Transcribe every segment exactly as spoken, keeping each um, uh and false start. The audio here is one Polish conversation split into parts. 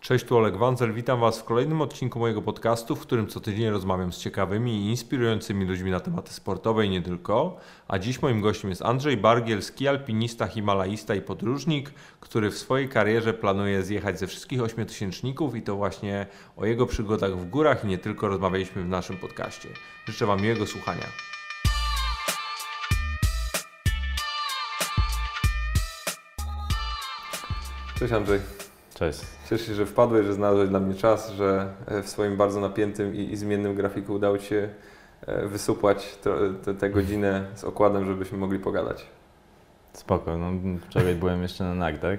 Cześć, tu Oleg Wanzel, witam Was w kolejnym odcinku mojego podcastu, w którym co tydzień rozmawiam z ciekawymi i inspirującymi ludźmi na tematy sportowe i nie tylko. A dziś moim gościem jest Andrzej Bargiel, ski alpinista, himalaista i podróżnik, który w swojej karierze planuje zjechać ze wszystkich ośmiotysięczników i to właśnie o jego przygodach w górach i nie tylko rozmawialiśmy w naszym podcaście. Życzę Wam miłego słuchania. Cześć Andrzej. Cześć. Cieszę się, że wpadłeś, że znalazłeś dla mnie czas, że w swoim bardzo napiętym i, i zmiennym grafiku udało Ci się wysupłać tę godzinę z okładem, żebyśmy mogli pogadać. Spoko, no wczoraj byłem jeszcze na nagdach,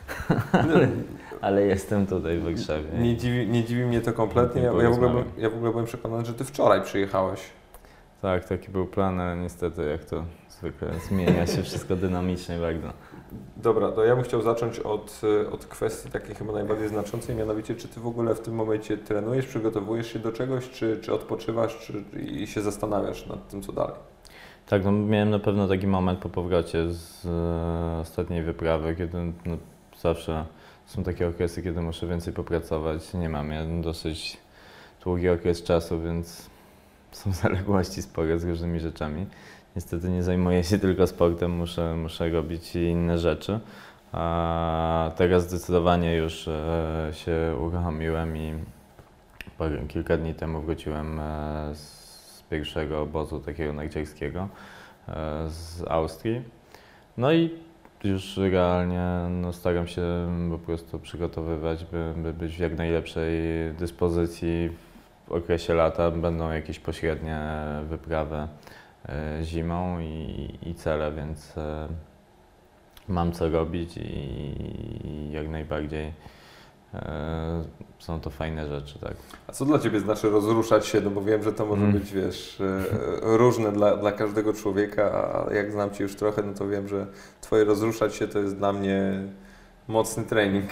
ale jestem tutaj w Warszawie. Nie dziwi, nie dziwi mnie to kompletnie, ja, ja, w ogóle byłem, ja w ogóle byłem przekonany, że Ty wczoraj przyjechałeś. Tak, taki był plan, ale niestety jak to zwykle zmienia się wszystko dynamicznie bardzo. Dobra, to ja bym chciał zacząć od, od kwestii takiej chyba najbardziej znaczącej, mianowicie czy Ty w ogóle w tym momencie trenujesz, przygotowujesz się do czegoś, czy, czy odpoczywasz, czy i się zastanawiasz nad tym, co dalej? Tak, no miałem na pewno taki moment po powrocie z e, ostatniej wyprawy, kiedy no, zawsze są takie okresy, kiedy muszę więcej popracować. Nie mam, ja dosyć długi okres czasu, więc są zaległości spore z różnymi rzeczami. Niestety nie zajmuję się tylko sportem, muszę, muszę robić inne rzeczy. A teraz zdecydowanie już e, się uruchomiłem i parę, kilka dni temu wróciłem e, z pierwszego obozu takiego narciarskiego e, z Austrii. No i już realnie no, staram się po prostu przygotowywać, by, by być w jak najlepszej dyspozycji. W okresie lata będą jakieś pośrednie wyprawy zimą i, i cele, więc e, mam co robić i, i jak najbardziej e, są to fajne rzeczy, tak. A co dla Ciebie znaczy rozruszać się? No bo wiem, że to może mm. być, wiesz, e, różne dla, dla każdego człowieka, a jak znam Cię już trochę, no to wiem, że Twoje rozruszać się to jest dla mnie mocny trening.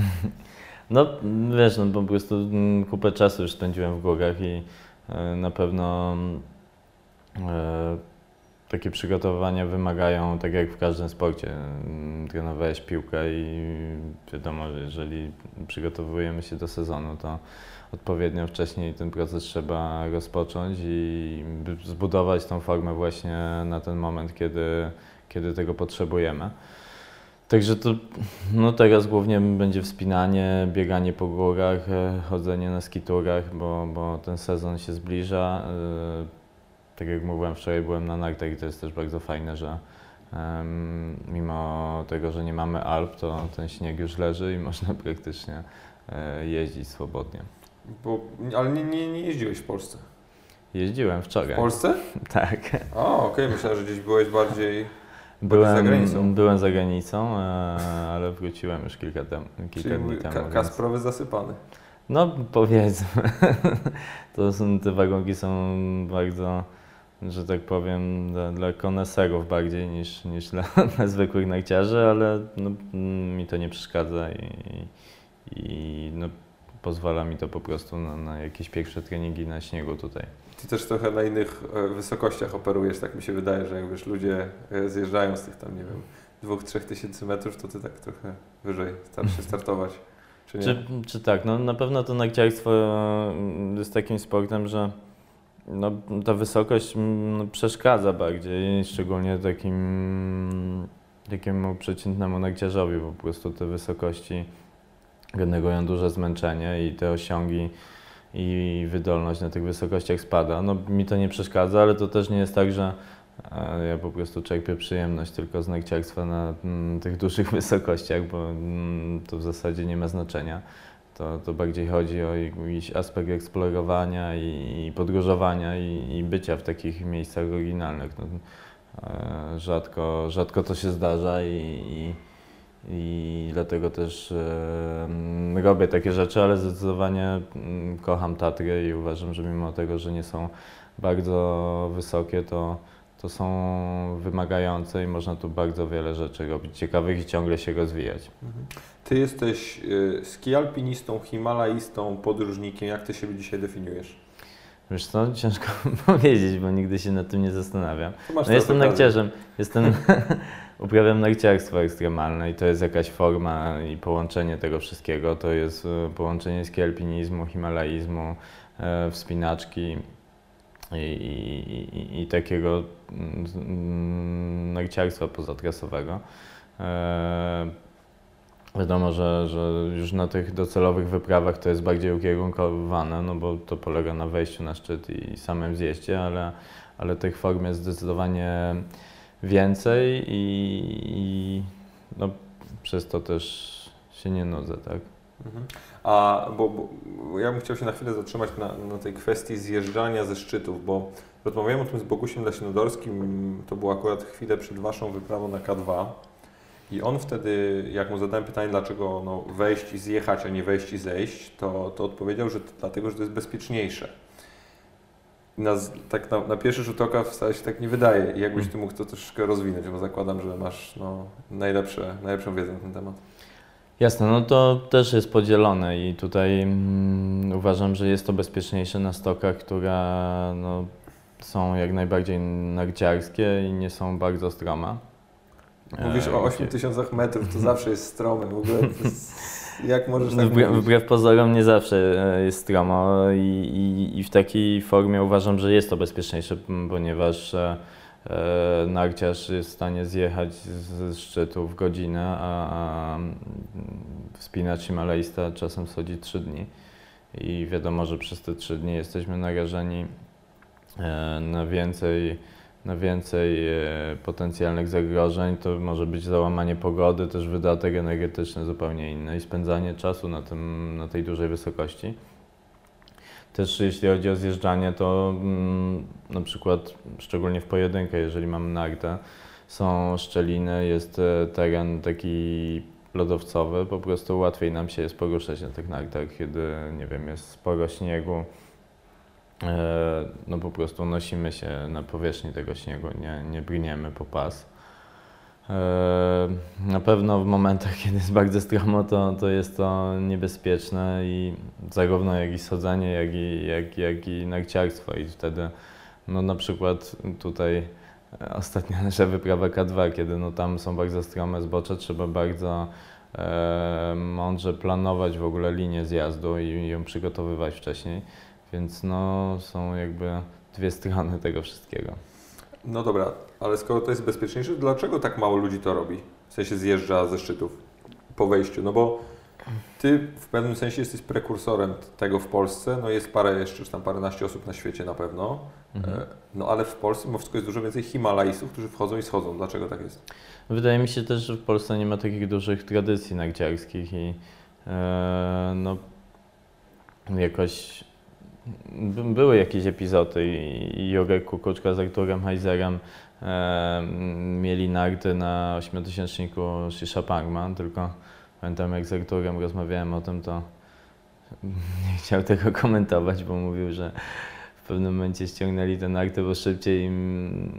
No wiesz, no po prostu kupę czasu już spędziłem w górach i e, na pewno E, takie przygotowania wymagają, tak jak w każdym sporcie, trenowałeś piłkę i wiadomo, że jeżeli przygotowujemy się do sezonu, to odpowiednio wcześniej ten proces trzeba rozpocząć i zbudować tą formę właśnie na ten moment, kiedy, kiedy tego potrzebujemy. Także to no teraz głównie będzie wspinanie, bieganie po górach, chodzenie na skiturach, bo, bo ten sezon się zbliża. Tak jak mówiłem wczoraj, byłem na nartach i to jest też bardzo fajne, że um, mimo tego, że nie mamy Alp, to ten śnieg już leży i można praktycznie e, jeździć swobodnie. Bo, ale nie, nie, nie jeździłeś w Polsce? Jeździłem wczoraj. W Polsce? Tak. O, okej, okay. Myślałem, że gdzieś byłeś bardziej, byłem, bardziej za granicą. Byłem za granicą, e, ale wróciłem już kilka, tem, kilka Czyli dni temu. Ka- Kasprowy więc... zasypany. No powiedzmy, to są, te wagonki są bardzo, że tak powiem, dla, dla koneserów bardziej niż, niż dla, dla zwykłych narciarzy, ale no, mi to nie przeszkadza i, i no, pozwala mi to po prostu na, na jakieś pierwsze treningi na śniegu tutaj. Ty też trochę na innych wysokościach operujesz, tak mi się wydaje, że jak wiesz, ludzie zjeżdżają z tych tam, nie wiem, dwóch, trzech tysięcy metrów, to ty tak trochę wyżej starasz się startować. Czy, czy, czy tak, no na pewno to narciarstwo jest takim sportem, że no, ta wysokość no, przeszkadza bardziej, szczególnie takim, takiemu przeciętnemu narciarzowi, bo po prostu te wysokości generują duże zmęczenie i te osiągi i wydolność na tych wysokościach spada. No mi to nie przeszkadza, ale to też nie jest tak, że ja po prostu czerpię przyjemność tylko z narciarstwa na m, tych dużych wysokościach, bo m, to w zasadzie nie ma znaczenia. To, to bardziej chodzi o jakiś aspekt eksplorowania i, i podróżowania i, i bycia w takich miejscach oryginalnych. No, e, rzadko, rzadko to się zdarza i, i, i dlatego też e, robię takie rzeczy, ale zdecydowanie m, kocham Tatry i uważam, że mimo tego, że nie są bardzo wysokie, to to są wymagające i można tu bardzo wiele rzeczy robić ciekawych i ciągle się rozwijać. Ty jesteś y, ski alpinistą, himalaistą, podróżnikiem. Jak ty siebie dzisiaj definiujesz? Wiesz co, ciężko powiedzieć, bo nigdy się nad tym nie zastanawiam. No, jestem narciarzem, jestem, uprawiam narciarstwo ekstremalne i to jest jakaś forma i połączenie tego wszystkiego. To jest e, połączenie ski alpinizmu, himalaizmu, e, wspinaczki i, i, i, i takiego mm, narciarstwa pozatrasowego. E, Wiadomo, że, że już na tych docelowych wyprawach to jest bardziej ukierunkowane, no bo to polega na wejściu na szczyt i samym zjeździe, ale, ale tych form jest zdecydowanie więcej i, i no, przez to też się nie nudzę, tak? Mhm. A bo, bo ja bym chciał się na chwilę zatrzymać na, na tej kwestii zjeżdżania ze szczytów, bo rozmawiałem o tym z Bogusiem Leśnodorskim, to było akurat chwilę przed Waszą wyprawą na K dwa. I on wtedy, jak mu zadałem pytanie, dlaczego no, wejść i zjechać, a nie wejść i zejść, to, to odpowiedział, że to dlatego, że to jest bezpieczniejsze. Na, tak na, na pierwszy rzut oka wcale się tak nie wydaje. I jakbyś Ty mógł to troszeczkę rozwinąć, bo zakładam, że masz no, najlepsze, najlepszą wiedzę na ten temat. Jasne, no to też jest podzielone i tutaj mm, uważam, że jest to bezpieczniejsze na stokach, które no, są jak najbardziej narciarskie i nie są bardzo strome. Mówisz o ośmiu tysiącach metrów, to zawsze jest stromy. W ogóle jest, jak możesz tak wbrew, mówić? wbrew pozorom nie zawsze jest stromo i, i, i w takiej formie uważam, że jest to bezpieczniejsze, ponieważ e, narciarz jest w stanie zjechać z szczytu w godzinę, a, a wspinacz himalajista czasem schodzi trzy dni. I wiadomo, że przez te trzy dni jesteśmy narażeni e, na więcej na więcej e, potencjalnych zagrożeń. To może być załamanie pogody, też wydatek energetyczny zupełnie inny i spędzanie czasu na, tym, na tej dużej wysokości. Też jeśli chodzi o zjeżdżanie, to mm, na przykład szczególnie w pojedynkę, jeżeli mamy nartę, są szczeliny, jest e, teren taki lodowcowy, po prostu łatwiej nam się jest poruszać na tych nartach, kiedy nie wiem, jest sporo śniegu. No po prostu nosimy się na powierzchni tego śniegu, nie, nie brniemy po pas. Na pewno w momentach, kiedy jest bardzo stromo, to, to jest to niebezpieczne i zarówno jak i schodzenie, jak i, jak, jak i narciarstwo i wtedy no na przykład tutaj ostatnia nasza wyprawa K dwa, kiedy no tam są bardzo strome zbocze, trzeba bardzo e, mądrze planować w ogóle linię zjazdu i, i ją przygotowywać wcześniej. Więc no, są jakby dwie strony tego wszystkiego. No dobra, ale skoro to jest bezpieczniejsze, dlaczego tak mało ludzi to robi? W sensie zjeżdża ze szczytów po wejściu, no bo Ty w pewnym sensie jesteś prekursorem tego w Polsce, no jest parę jeszcze, czy tam paręnaście osób na świecie na pewno, mhm. no ale w Polsce mimo wszystko jest dużo więcej Himalajstów, którzy wchodzą i schodzą. Dlaczego tak jest? Wydaje mi się też, że w Polsce nie ma takich dużych tradycji narciarskich i e, no jakoś były jakieś epizody i Jurek Kukuczka z Arturem Heiserem e, mieli narty na ośmiotysięczniku Shisha Parman, tylko pamiętam jak z Arturem rozmawiałem o tym, to nie chciał tego komentować, bo mówił, że w pewnym momencie ściągnęli te narty, bo szybciej im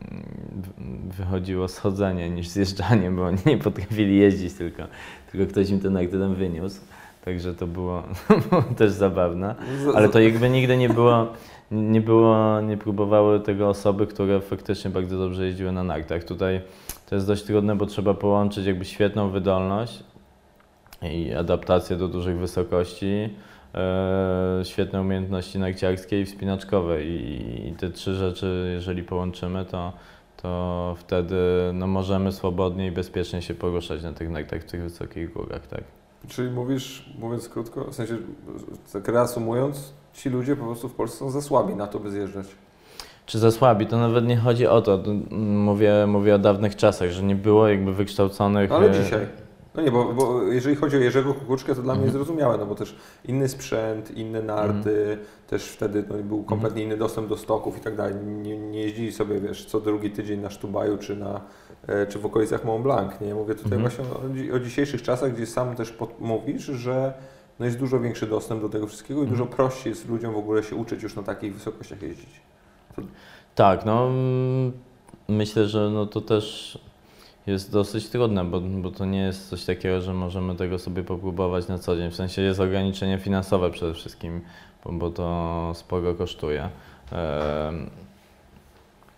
wychodziło schodzenie niż zjeżdżanie, bo oni nie potrafili jeździć, tylko, tylko ktoś im te narty tam wyniósł. Także to było też zabawne, ale to jakby nigdy nie było, nie było, nie próbowały tego osoby, które faktycznie bardzo dobrze jeździły na nartach. Tutaj to jest dość trudne, bo trzeba połączyć jakby świetną wydolność i adaptację do dużych wysokości, e, świetne umiejętności narciarskie i wspinaczkowe i, i te trzy rzeczy, jeżeli połączymy, to, to wtedy no, możemy swobodnie i bezpiecznie się poruszać na tych nartach w tych wysokich górach, tak. Czyli mówisz, mówiąc krótko, w sensie tak reasumując, ci ludzie po prostu w Polsce są za słabi na to, by zjeżdżać. Czy za słabi? To nawet nie chodzi o to. Mówię, mówię o dawnych czasach, że nie było jakby wykształconych... No ale dzisiaj. No nie, bo, bo jeżeli chodzi o Jerzego Kukuczkę, to dla mnie jest zrozumiałe, no bo też inny sprzęt, inne narty, mm. też wtedy no, był kompletnie inny dostęp do stoków i tak dalej. Nie, nie jeździli sobie, wiesz, co drugi tydzień na Sztubaju czy, na, czy w okolicach Mont Blanc, nie? Mówię tutaj mm. właśnie o, o dzisiejszych czasach, gdzie sam też pod, mówisz, że no jest dużo większy dostęp do tego wszystkiego i mm. dużo prościej jest ludziom w ogóle się uczyć już na takich wysokościach jeździć. To... Tak, no myślę, że no to też jest dosyć trudne, bo, bo to nie jest coś takiego, że możemy tego sobie popróbować na co dzień. W sensie jest ograniczenie finansowe przede wszystkim, bo, bo to sporo kosztuje.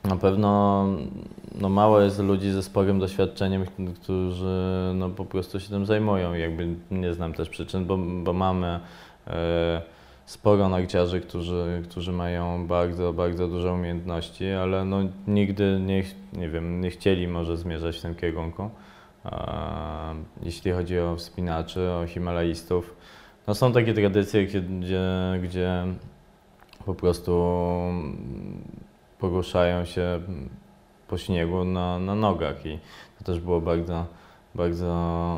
Na pewno no, mało jest ludzi ze sporym doświadczeniem, którzy no, po prostu się tym zajmują. Jakby nie znam też przyczyn, bo, bo mamy e, sporo narciarzy, którzy, którzy mają bardzo, bardzo duże umiejętności, ale no, nigdy nie, nie wiem, nie chcieli może zmierzać w tym kierunku. E, jeśli chodzi o wspinaczy, o himalaistów, no, są takie tradycje, gdzie, gdzie po prostu poruszają się po śniegu na, na nogach i to też było bardzo, bardzo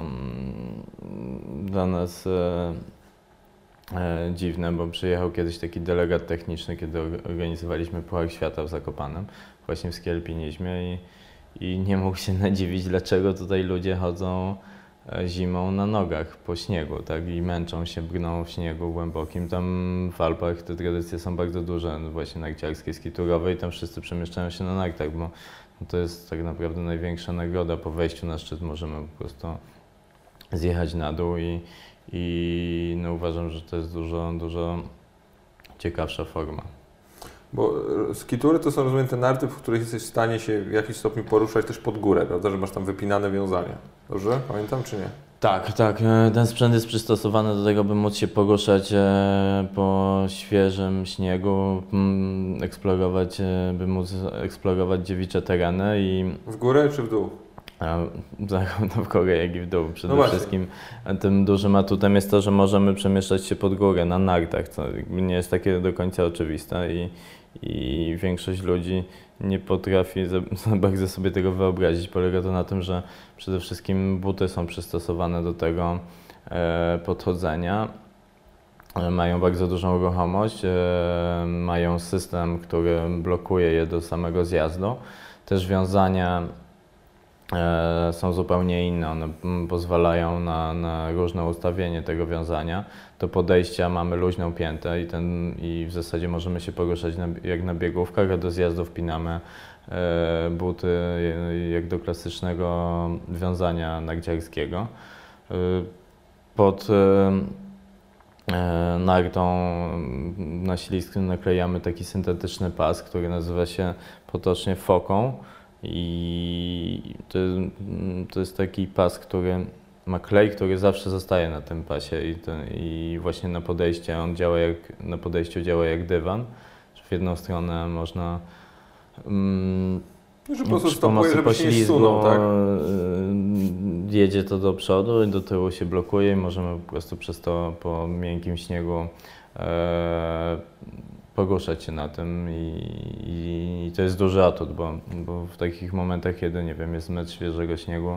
mm, dla nas e, e, dziwne, bo przyjechał kiedyś taki delegat techniczny, kiedy organizowaliśmy Puchar Świata w Zakopanem, właśnie w ski alpinizmie i, i nie mógł się nadziwić, dlaczego tutaj ludzie chodzą zimą na nogach po śniegu, tak, i męczą się, brną w śniegu głębokim. Tam w Alpach te tradycje są bardzo duże, właśnie narciarskie, skiturowe i tam wszyscy przemieszczają się na nartach, bo to jest tak naprawdę największa nagroda. Po wejściu na szczyt możemy po prostu zjechać na dół i, i no uważam, że to jest dużo, dużo ciekawsza forma. Bo skitury to są, rozumiem, te narty, w których jesteś w stanie się w jakiś stopniu poruszać też pod górę, prawda, że masz tam wypinane wiązania. Dobrze? Pamiętam czy nie? Tak, tak. Ten sprzęt jest przystosowany do tego, by móc się poruszać po świeżym śniegu, eksplorować, by móc eksplorować dziewicze tereny i... W górę czy w dół? Zarówno w górę, jak i w dół. Przede no wszystkim tym dużym atutem jest to, że możemy przemieszczać się pod górę na nartach, co nie jest takie do końca oczywiste i, i większość ludzi nie potrafi za, za bardzo sobie tego wyobrazić. Polega to na tym, że przede wszystkim buty są przystosowane do tego e, podchodzenia. E, mają bardzo dużą ruchomość, e, mają system, który blokuje je do samego zjazdu. Też wiązania e, są zupełnie inne, one pozwalają na, na różne ustawienie tego wiązania. Do podejścia mamy luźną piętę i, ten, i w zasadzie możemy się poruszać na, jak na biegówkach, a do zjazdu wpinamy e, buty jak do klasycznego wiązania narciarskiego. E, pod e, nartą na ślizg naklejamy taki syntetyczny pas, który nazywa się potocznie foką i to, to jest taki pas, który ma klej, który zawsze zostaje na tym pasie i, ten, i właśnie na podejście on działa jak, na podejściu działa jak dywan. W jedną stronę można um, że po prostu stopuje, żeby się nie zsunął, tak? Jedzie to do przodu i do tyłu się blokuje i możemy po prostu przez to po miękkim śniegu e, poruszać się na tym i, i, i to jest duży atut, bo, bo w takich momentach, kiedy nie wiem, jest metr świeżego śniegu,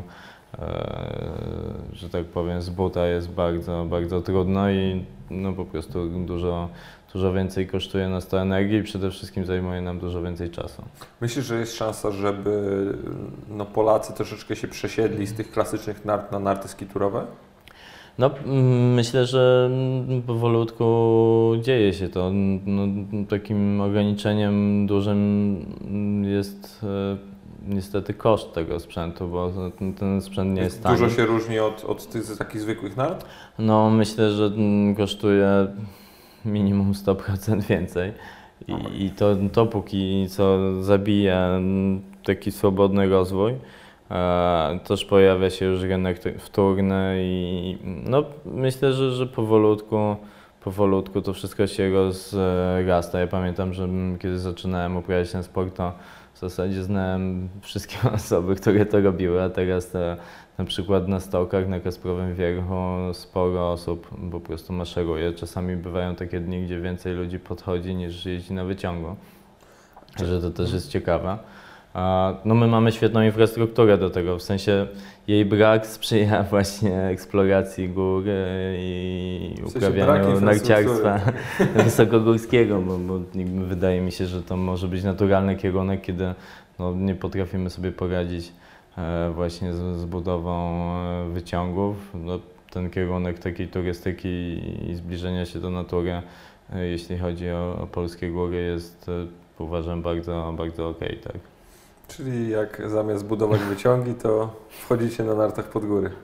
że tak powiem, z buta jest bardzo, bardzo trudno i no po prostu dużo, dużo więcej kosztuje nas to energii i przede wszystkim zajmuje nam dużo więcej czasu. Myślisz, że jest szansa, żeby no, Polacy troszeczkę się przesiedli z tych klasycznych nart na narty skiturowe? No, myślę, że powolutku dzieje się to. No, takim ograniczeniem dużym jest niestety koszt tego sprzętu, bo ten, ten sprzęt nie jest tani. Dużo się różni od, od tych takich zwykłych nart? No myślę, że kosztuje minimum sto procent więcej i, i to, to póki co zabija taki swobodny rozwój. E, też pojawia się już rynek wtórny i no myślę, że, że powolutku, powolutku to wszystko się rozrasta. Ja pamiętam, że kiedy zaczynałem uprawiać ten sport, to w zasadzie znałem wszystkie osoby, które to robiły, a teraz te, na przykład na stokach, na Kasprowym Wierchu sporo osób po prostu maszeruje. Czasami bywają takie dni, gdzie więcej ludzi podchodzi niż jeździ na wyciągu, że to też jest ciekawe. No my mamy świetną infrastrukturę do tego, w sensie jej brak sprzyja właśnie eksploracji gór i w sensie uprawianiu narciarstwa wysokogórskiego, bo, bo wydaje mi się, że to może być naturalny kierunek, kiedy no, nie potrafimy sobie poradzić e, właśnie z, z budową wyciągów. No, ten kierunek takiej turystyki i zbliżenia się do natury, e, jeśli chodzi o, o polskie góry, jest e, uważam bardzo, bardzo okej, tak. Czyli jak zamiast budować wyciągi, to wchodzicie na nartach pod góry.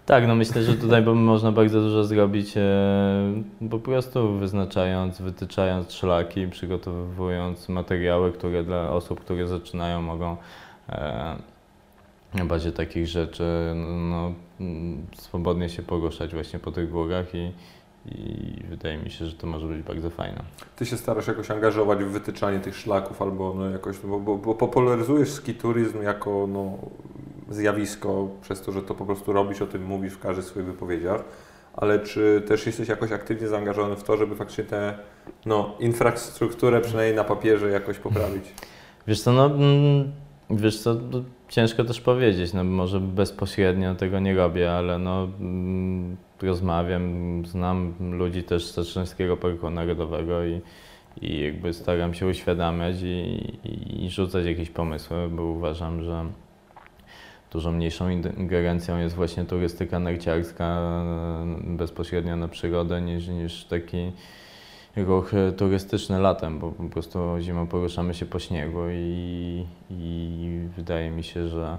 Tak, no myślę, że tutaj można bardzo dużo zrobić e, po prostu wyznaczając, wytyczając szlaki, przygotowując materiały, które dla osób, które zaczynają, mogą e, na bazie takich rzeczy no, swobodnie się poruszać właśnie po tych górach i, i wydaje mi się, że to może być bardzo fajne. Ty się starasz jakoś angażować w wytyczanie tych szlaków albo no jakoś, bo, bo, bo popularyzujesz skituryzm jako no, zjawisko przez to, że to po prostu robisz, o tym mówisz w każdych swoich wypowiedziach, ale czy też jesteś jakoś aktywnie zaangażowany w to, żeby faktycznie tę no, infrastrukturę przynajmniej na papierze jakoś poprawić? Wiesz co, no, wiesz co, no, ciężko też powiedzieć, no może bezpośrednio tego nie robię, ale no rozmawiam, znam ludzi też z Tatrzańskiego Parku Narodowego i, i jakby staram się uświadamiać i, i, i rzucać jakieś pomysły, bo uważam, że dużo mniejszą ingerencją jest właśnie turystyka narciarska bezpośrednio na przyrodę niż, niż taki ruch turystyczny latem, bo po prostu zimą poruszamy się po śniegu i, i wydaje mi się, że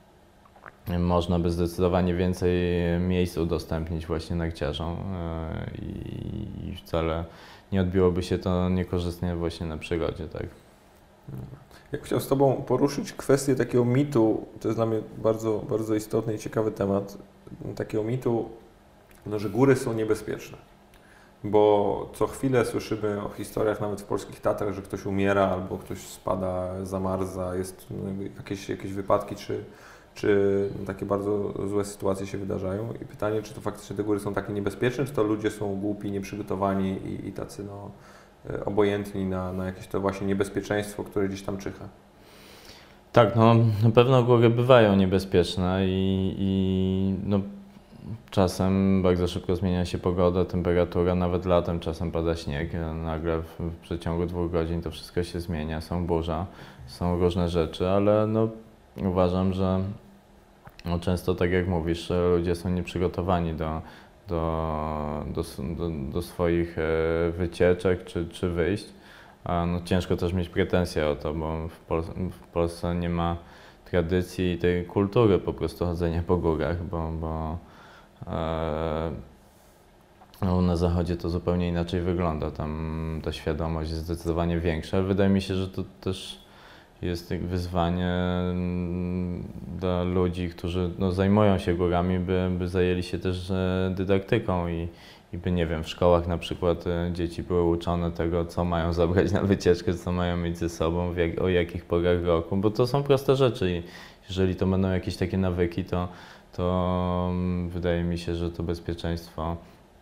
można by zdecydowanie więcej miejsc udostępnić właśnie narciarzom i wcale nie odbiłoby się to niekorzystnie właśnie na przyrodzie, tak. Ja bym chciał z Tobą poruszyć kwestię takiego mitu, to jest dla mnie bardzo, bardzo istotny i ciekawy temat, takiego mitu, no, że góry są niebezpieczne. Bo co chwilę słyszymy o historiach nawet w polskich Tatrach, że ktoś umiera albo ktoś spada, zamarza, jest no, jakieś, jakieś wypadki czy, czy takie bardzo złe sytuacje się wydarzają. I pytanie, czy to faktycznie te góry są takie niebezpieczne, czy to ludzie są głupi, nieprzygotowani i, i tacy no, obojętni na, na jakieś to właśnie niebezpieczeństwo, które gdzieś tam czyha. Tak, no na pewno góry bywają niebezpieczne i, i no, czasem bardzo szybko zmienia się pogoda, temperatura, nawet latem czasem pada śnieg, nagle w, w przeciągu dwóch godzin to wszystko się zmienia, są burza, są różne rzeczy, ale no, uważam, że no, często tak jak mówisz, ludzie są nieprzygotowani do, do, do, do, do swoich wycieczek czy, czy wyjść. A no, ciężko też mieć pretensje o to, bo w, Pol w Polsce nie ma tradycji i tej kultury po prostu chodzenia po górach, bo, bo e, no, na zachodzie to zupełnie inaczej wygląda. Tam ta świadomość jest zdecydowanie większa. Wydaje mi się, że to też jest wyzwanie dla ludzi, którzy no, zajmują się górami, by, by zajęli się też dydaktyką i, i by, nie wiem, w szkołach na przykład dzieci były uczone tego, co mają zabrać na wycieczkę, co mają mieć ze sobą, jak, o jakich porach roku, bo to są proste rzeczy i jeżeli to będą jakieś takie nawyki, to, to wydaje mi się, że to bezpieczeństwo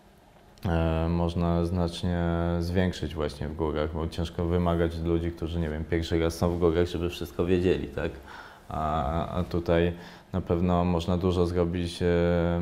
e, można znacznie zwiększyć właśnie w górach, bo ciężko wymagać od ludzi, którzy, nie wiem, pierwszy raz są w górach, żeby wszystko wiedzieli, tak? A, a tutaj na pewno można dużo zrobić, e,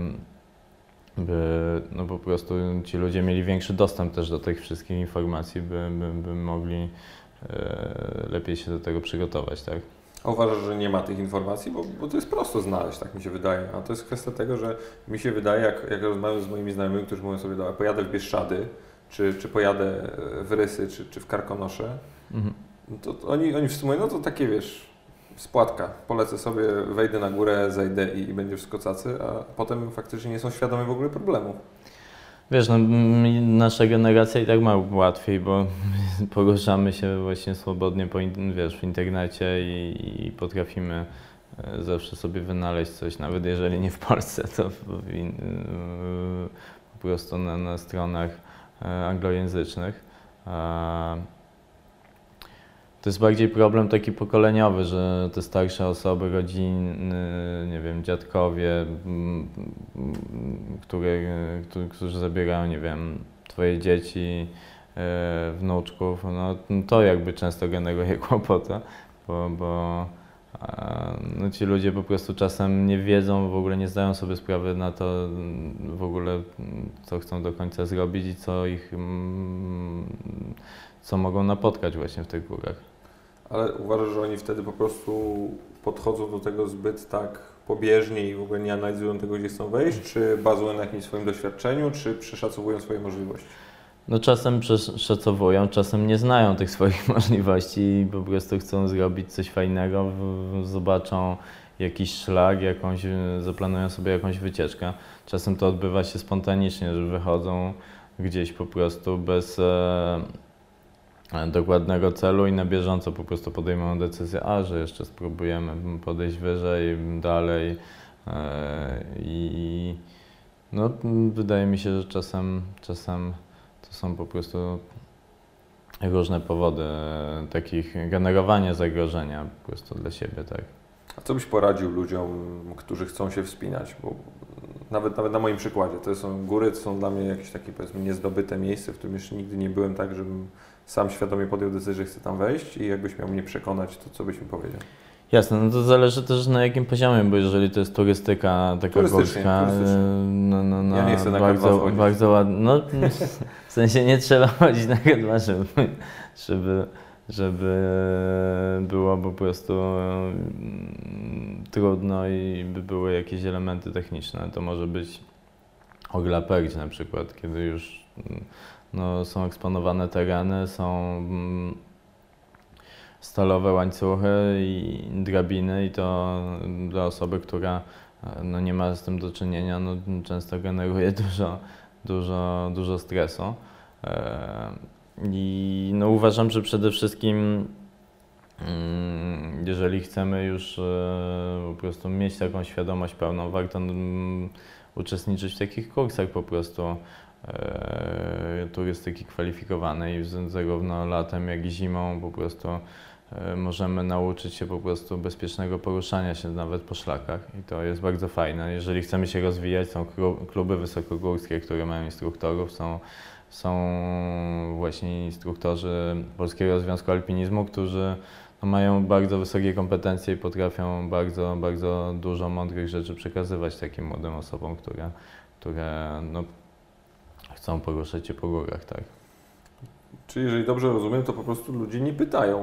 by no po prostu ci ludzie mieli większy dostęp też do tych wszystkich informacji, by, by, by mogli e, lepiej się do tego przygotować, tak? A uważasz, że nie ma tych informacji? Bo, bo to jest prosto znaleźć, tak mi się wydaje. A to jest kwestia tego, że mi się wydaje, jak, jak rozmawiam z moimi znajomymi, którzy mówią sobie, dobra, pojadę w Bieszczady, czy, czy pojadę w Rysy, czy, czy w Karkonosze, mhm. to, to oni, oni wszyscy mówią, no to takie, wiesz, spłatka. Polecę sobie, wejdę na górę, zejdę i, i będzie wszystko cacy, a potem faktycznie nie są świadomi w ogóle problemu. Wiesz, no, nasza generacja i tak ma łatwiej, bo poruszamy się właśnie swobodnie po, wiesz, w internecie i, i potrafimy zawsze sobie wynaleźć coś, nawet jeżeli nie w Polsce, to w, w, po prostu na, na stronach anglojęzycznych. To jest bardziej problem taki pokoleniowy, że te starsze osoby, rodziny, nie wiem, dziadkowie, które, którzy zabierają, nie wiem, twoje dzieci, wnuczków, no to jakby często generuje kłopota, bo, bo no, ci ludzie po prostu czasem nie wiedzą, w ogóle nie zdają sobie sprawy na to w ogóle, co chcą do końca zrobić i co ich, co mogą napotkać właśnie w tych górach. Ale uważasz, że oni wtedy po prostu podchodzą do tego zbyt tak pobieżnie i w ogóle nie analizują tego, gdzie chcą wejść, czy bazują na jakimś swoim doświadczeniu, czy przeszacowują swoje możliwości? No czasem przeszacowują, czasem nie znają tych swoich możliwości i po prostu chcą zrobić coś fajnego, zobaczą jakiś szlak, jakąś, zaplanują sobie jakąś wycieczkę. Czasem to odbywa się spontanicznie, że wychodzą gdzieś po prostu bez e, dokładnego celu i na bieżąco po prostu podejmują decyzję, a że jeszcze spróbujemy podejść wyżej, dalej e, i no, wydaje mi się, że czasem, czasem to są po prostu różne powody takich generowania zagrożenia po prostu dla siebie, tak. A co byś poradził ludziom, którzy chcą się wspinać? Bo nawet, nawet na moim przykładzie, to są góry, to są dla mnie jakieś takie, powiedzmy, niezdobyte miejsce, w którym jeszcze nigdy nie byłem, tak żebym sam świadomie podjął decyzję, że chcę tam wejść, i jakbyś miał mnie przekonać, to co byś mi powiedział? Jasne, no to zależy też na jakim poziomie, bo jeżeli to jest turystyka taka górska, no, no, no, ja nie chcę na bardzo, bardzo ładna, no w sensie nie trzeba chodzić na K dwa, żeby, żeby, żeby było po prostu mm, trudno i by były jakieś elementy techniczne. To może być Orla Perć na przykład, kiedy już no, są eksponowane tereny, są mm, stalowe łańcuchy i drabiny, i to dla osoby, która no, nie ma z tym do czynienia, no, często generuje dużo, dużo, dużo stresu. I no, uważam, że przede wszystkim jeżeli chcemy już po prostu mieć taką świadomość pełną, warto uczestniczyć w takich kursach po prostu turystyki kwalifikowanej, zarówno latem, jak i zimą po prostu możemy nauczyć się po prostu bezpiecznego poruszania się nawet po szlakach, i to jest bardzo fajne. Jeżeli chcemy się rozwijać, są kluby wysokogórskie, które mają instruktorów, są, są właśnie instruktorzy Polskiego Związku Alpinizmu, którzy no, mają bardzo wysokie kompetencje i potrafią bardzo, bardzo dużo mądrych rzeczy przekazywać takim młodym osobom, które, które no, chcą poruszać się po górach, tak. Czyli jeżeli dobrze rozumiem, to po prostu ludzie nie pytają.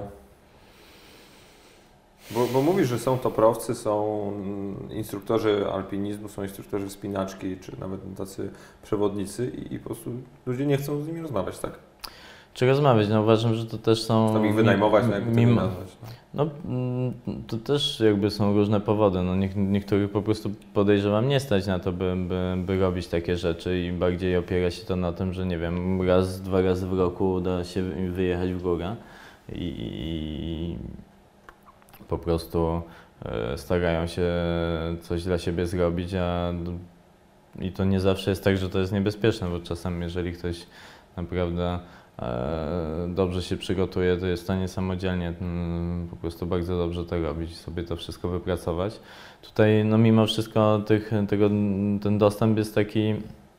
Bo, bo mówisz, że są toprowcy, są instruktorzy alpinizmu, są instruktorzy wspinaczki, czy nawet tacy przewodnicy, i, i po prostu ludzie nie chcą z nimi rozmawiać, tak? Czy rozmawiać? No uważam, że to też są... Tam ich wynajmować, no jakby to nie nazwać. No, no to też jakby są różne powody. No, nie, niektórych po prostu podejrzewam nie stać na to, by, by, by robić takie rzeczy, i bardziej opiera się to na tym, że nie wiem, raz, dwa razy w roku uda się wyjechać w górę i, i po prostu starają się coś dla siebie zrobić, a i to nie zawsze jest tak, że to jest niebezpieczne, bo czasem jeżeli ktoś naprawdę dobrze się przygotuje, to jest w stanie samodzielnie po prostu bardzo dobrze to robić i sobie to wszystko wypracować. Tutaj no mimo wszystko tych, tego, ten dostęp jest taki,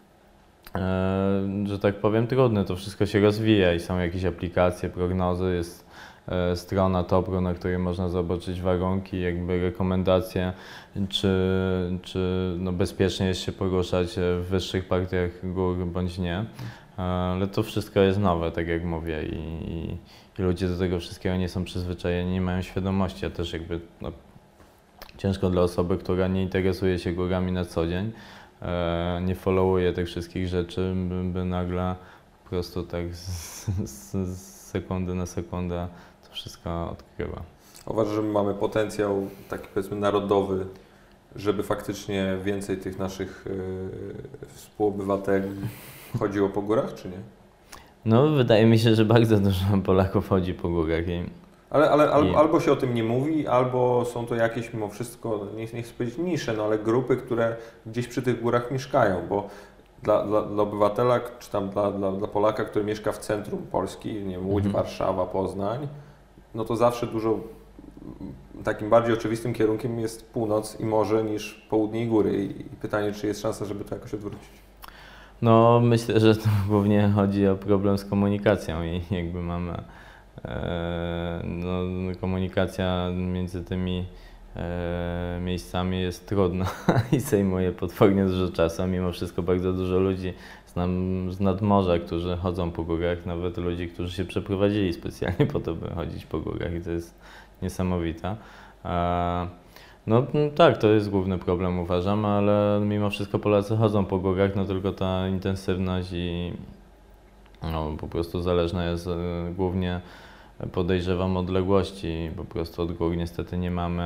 że tak powiem, trudny. To wszystko się rozwija i są jakieś aplikacje, prognozy, jest strona Topru, na której można zobaczyć warunki, jakby rekomendacje, czy, czy no bezpiecznie jest się poruszać w wyższych partiach gór bądź nie. Ale to wszystko jest nowe, tak jak mówię, i, i, i ludzie do tego wszystkiego nie są przyzwyczajeni, nie mają świadomości, a też jakby no, ciężko dla osoby, która nie interesuje się górami na co dzień, e, nie followuje tych wszystkich rzeczy, by, by nagle po prostu tak z, z, z sekundy na sekundę to wszystko odkryła. Uważasz, że my mamy potencjał taki, powiedzmy, narodowy, żeby faktycznie więcej tych naszych yy, współobywateli chodziło po górach, czy nie? No, wydaje mi się, że bardzo dużo Polaków chodzi po górach. I, ale ale al, i... albo się o tym nie mówi, albo są to jakieś mimo wszystko, nie, nie chcę powiedzieć nisze, no ale grupy, które gdzieś przy tych górach mieszkają, bo dla, dla, dla obywatela, czy tam dla, dla, dla Polaka, który mieszka w centrum Polski, nie wiem, Łódź, mhm. Warszawa, Poznań, no to zawsze dużo takim bardziej oczywistym kierunkiem jest północ i morze niż południe i góry. I, i pytanie, czy jest szansa, żeby to jakoś odwrócić? No, myślę, że to głównie chodzi o problem z komunikacją i jakby mamy e, no, komunikacja między tymi e, miejscami jest trudna i zajmuje potwornie dużo czasu, a mimo wszystko bardzo dużo ludzi znam z nadmorza, którzy chodzą po górach, nawet ludzi, którzy się przeprowadzili specjalnie po to, by chodzić po górach, i to jest niesamowite. E, No tak, to jest główny problem, uważam, ale mimo wszystko Polacy chodzą po górach, no tylko ta intensywność i no, po prostu zależna jest głównie, podejrzewam, odległości. Po prostu od gór niestety nie mamy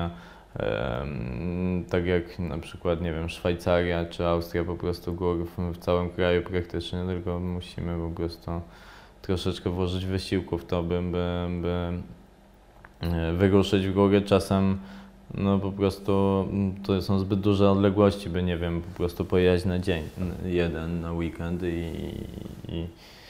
Tak jak na przykład, nie wiem, Szwajcaria czy Austria, po prostu gór w, w całym kraju praktycznie, tylko musimy po prostu troszeczkę włożyć wysiłku w to, by, by, by wyruszyć w górę. Czasem no po prostu to są zbyt duże odległości, by, nie wiem, po prostu pojechać na dzień jeden, na weekend i, i,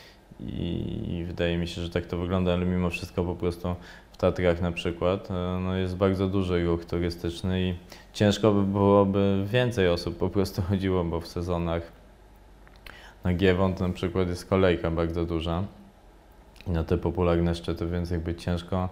i wydaje mi się, że tak to wygląda, ale mimo wszystko po prostu w Tatrach na przykład no jest bardzo duży ruch turystyczny i ciężko by byłoby więcej osób po prostu chodziło, bo w sezonach na Giewont na przykład jest kolejka bardzo duża i na te popularne szczyty, więc jakby ciężko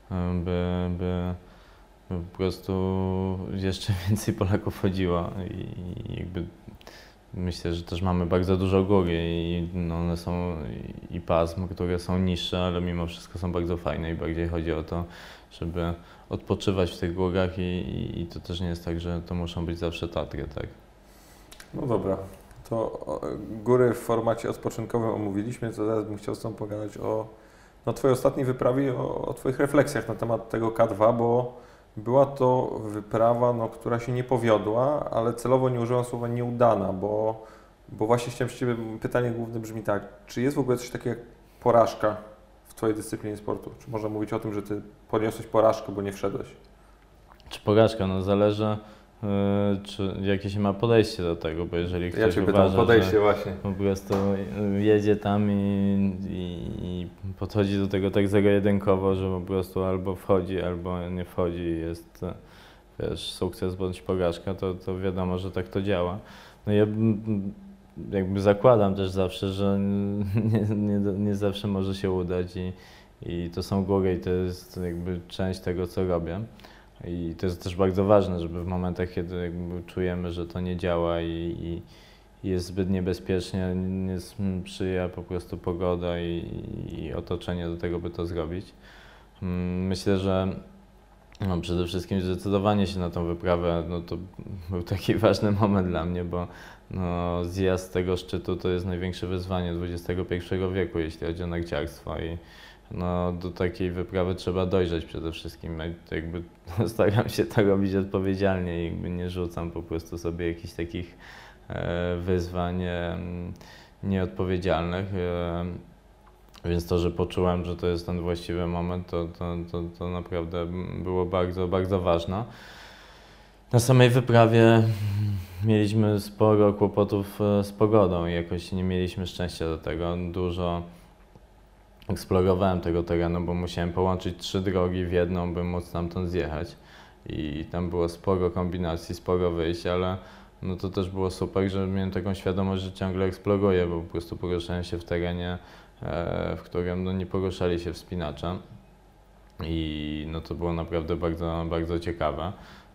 by, by, by po prostu jeszcze więcej Polaków chodziło i jakby myślę, że też mamy bardzo dużo gór i no one są i pasm, które są niższe, ale mimo wszystko są bardzo fajne i bardziej chodzi o to, żeby odpoczywać w tych górach i, i, i to też nie jest tak, że to muszą być zawsze Tatry, tak? No dobra, to góry w formacie odpoczynkowym omówiliśmy, to teraz bym chciał z Tobą pogadać o no, Twojej ostatniej wyprawie, o, o Twoich refleksjach na temat tego K dwa, bo była to wyprawa, no, która się nie powiodła, ale celowo nie użyłam słowa nieudana, bo, bo właśnie chciałem z Ciebie, pytanie główne brzmi tak, czy jest w ogóle coś takiego jak porażka w Twojej dyscyplinie sportu? Czy można mówić o tym, że Ty poniosłeś porażkę, bo nie wszedłeś? Czy porażka? No zależy, yy, czy jakie się ma podejście do tego, bo jeżeli ktoś ja Cię uważa, pytam, podejście że właśnie. po prostu jedzie tam i, i, i podchodzi do tego tak zero-jedynkowo, że po prostu albo wchodzi, albo nie wchodzi i jest, wiesz, sukces bądź porażka, to, to wiadomo, że tak to działa. No ja jakby zakładam też zawsze, że nie, nie, nie zawsze może się udać i, i to są góry i to jest jakby część tego, co robię. I to jest też bardzo ważne, żeby w momentach, kiedy jakby czujemy, że to nie działa i, i jest zbyt niebezpiecznie, nie sprzyja po prostu pogoda i, i otoczenie do tego, by to zrobić. Myślę, że no przede wszystkim zdecydowanie się na tą wyprawę, no to był taki ważny moment dla mnie, bo no, zjazd tego szczytu to jest największe wyzwanie dwudziestego pierwszego wieku, jeśli chodzi o narciarstwo i no, do takiej wyprawy trzeba dojrzeć przede wszystkim. Jakby staram się to robić odpowiedzialnie i jakby nie rzucam po prostu sobie jakichś takich e, wyzwań e, nieodpowiedzialnych. E, więc to, że poczułem, że to jest ten właściwy moment, to, to, to, to naprawdę było bardzo, bardzo ważne. Na samej wyprawie mieliśmy sporo kłopotów z pogodą i jakoś nie mieliśmy szczęścia do tego. Dużo eksplorowałem tego terenu, bo musiałem połączyć trzy drogi w jedną, by móc stamtąd zjechać. I tam było sporo kombinacji, sporo wyjść, ale no to też było super, że miałem taką świadomość, że ciągle eksploruję, bo po prostu poruszałem się w terenie, w którym no, nie poruszali się wspinacze. I no to było naprawdę bardzo, bardzo ciekawe.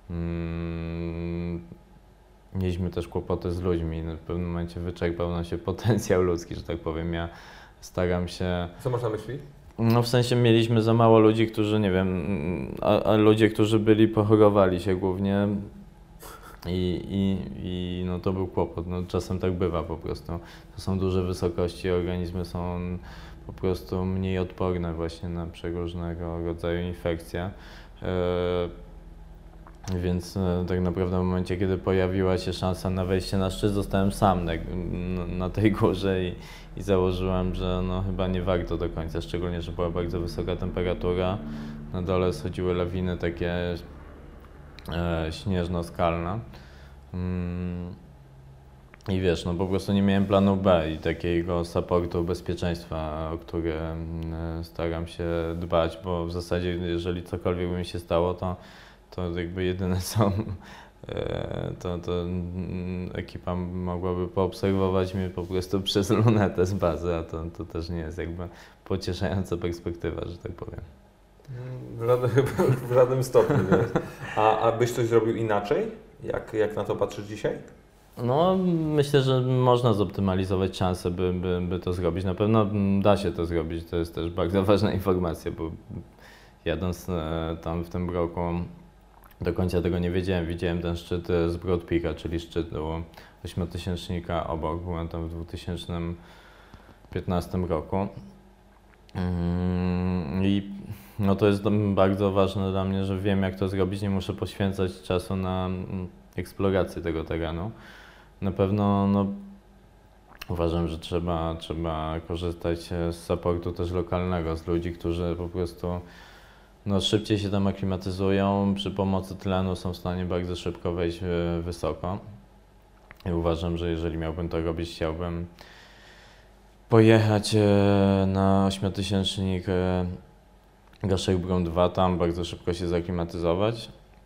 Hmm. Mieliśmy też kłopoty z ludźmi. W pewnym momencie wyczerpał nam się potencjał ludzki, że tak powiem. Ja staram się... Co masz na myśli? No w sensie mieliśmy za mało ludzi, którzy, nie wiem, a, a ludzie, którzy byli, pochorowali się głównie i, i, i no to był kłopot. No czasem tak bywa po prostu. To są duże wysokości, organizmy są po prostu mniej odporne właśnie na przeróżnego rodzaju infekcje. Więc tak naprawdę w momencie, kiedy pojawiła się szansa na wejście na szczyt, zostałem sam na, na tej górze i, i założyłem, że no chyba nie warto do końca, szczególnie, że była bardzo wysoka temperatura. Na dole schodziły lawiny takie e, śnieżno-skalne. Mm. I wiesz, no po prostu nie miałem planu B i takiego supportu bezpieczeństwa, o który staram się dbać, bo w zasadzie jeżeli cokolwiek by mi się stało, to to jakby jedyne co, to, to ekipa mogłaby poobserwować mnie po prostu przez lunetę z bazy, a to, to też nie jest jakby pocieszająca perspektywa, że tak powiem. W żadnym, w żadnym stopniu nie jest. A, a byś coś zrobił inaczej? Jak, jak na to patrzysz dzisiaj? No myślę, że można zoptymalizować szanse, by, by, by to zrobić. Na pewno da się to zrobić, to jest też bardzo ważna informacja, bo jadąc tam w tym roku do końca tego nie wiedziałem. Widziałem ten szczyt z Broad Peaka, czyli szczytu ośmiotysięcznika obok. Byłem tam w dwa tysiące piętnastym roku. I no to jest bardzo ważne dla mnie, że wiem jak to zrobić, nie muszę poświęcać czasu na eksplorację tego terenu. Na pewno no, uważam, że trzeba, trzeba korzystać z supportu też lokalnego, z ludzi, którzy po prostu no, szybciej się tam aklimatyzują, przy pomocy tlenu są w stanie bardzo szybko wejść wysoko. I uważam, że jeżeli miałbym to robić, chciałbym pojechać na ośmiotysięcznik Gasherbrum dwa, tam bardzo szybko się zaklimatyzować,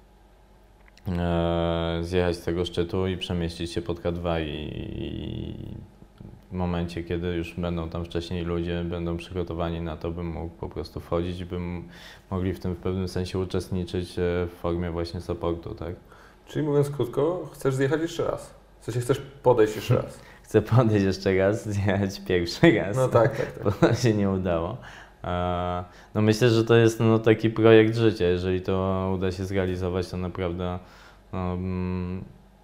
zjechać z tego szczytu i przemieścić się pod K dwa i, i w momencie, kiedy już będą tam wcześniej ludzie, będą przygotowani na to, bym mógł po prostu wchodzić, bym mogli w tym w pewnym sensie uczestniczyć w formie właśnie supportu, tak? Czyli mówiąc krótko, chcesz zjechać jeszcze raz? W sensie chcesz podejść jeszcze raz? Chcę podejść jeszcze raz, zjechać pierwszy raz. No tak, tak, tak. Bo to się nie udało. No myślę, że to jest no, taki projekt życia. Jeżeli to uda się zrealizować, to naprawdę no, mm,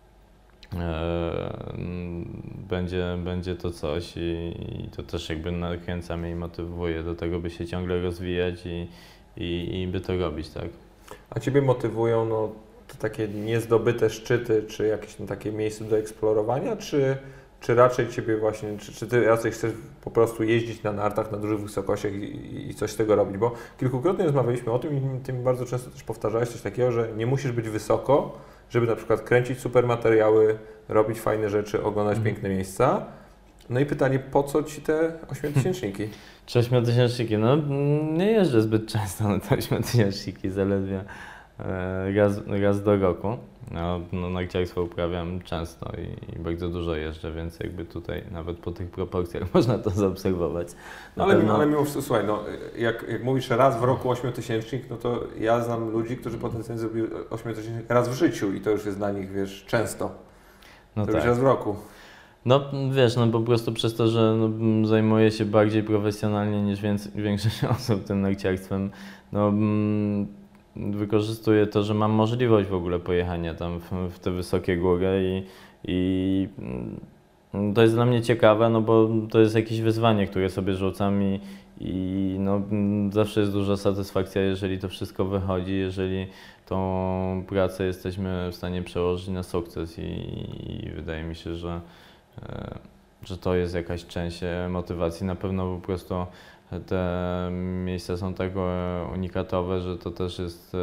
e, będzie, będzie to coś i, i to też jakby nakręca mnie i motywuje do tego, by się ciągle rozwijać i, i, i by to robić, tak? A Ciebie motywują no, to takie niezdobyte szczyty, czy jakieś no, takie miejsce do eksplorowania, czy Czy raczej Ciebie właśnie, czy, czy Ty raczej chcesz po prostu jeździć na nartach na dużych wysokościach i, i coś z tego robić? Bo kilkukrotnie rozmawialiśmy o tym i Ty mi bardzo często też powtarzałeś coś takiego, że nie musisz być wysoko, żeby na przykład kręcić super materiały, robić fajne rzeczy, oglądać mm. piękne miejsca. No i pytanie, po co Ci te ośmiotysięczniki? Czy ośmiotysięczniki? No nie jeżdżę zbyt często na te ośmiotysięczniki, zaledwie raz, raz do roku. No, no, narciarstwo uprawiam często i, i bardzo dużo jeżdżę, więc jakby tutaj nawet po tych proporcjach można to zaobserwować. No ale, pewno... ale mimo wszystko, słuchaj, no, jak, jak mówisz raz w roku ośmiotysięcznik, no to ja znam ludzi, którzy potencjalnie zrobili ośmiotysięcznik raz w życiu i to już jest dla nich, wiesz, często. No to tak. już raz w roku. No wiesz, no po prostu przez to, że no, zajmuję się bardziej profesjonalnie niż więcej, większość osób tym narciarstwem, no mm, wykorzystuję to, że mam możliwość w ogóle pojechania tam w, w te wysokie góry i, i to jest dla mnie ciekawe, no bo to jest jakieś wyzwanie, które sobie rzucam i, i no, zawsze jest duża satysfakcja, jeżeli to wszystko wychodzi, jeżeli tą pracę jesteśmy w stanie przełożyć na sukces i, i wydaje mi się, że, że to jest jakaś część motywacji. Na pewno po prostu te miejsca są tak unikatowe, że to też jest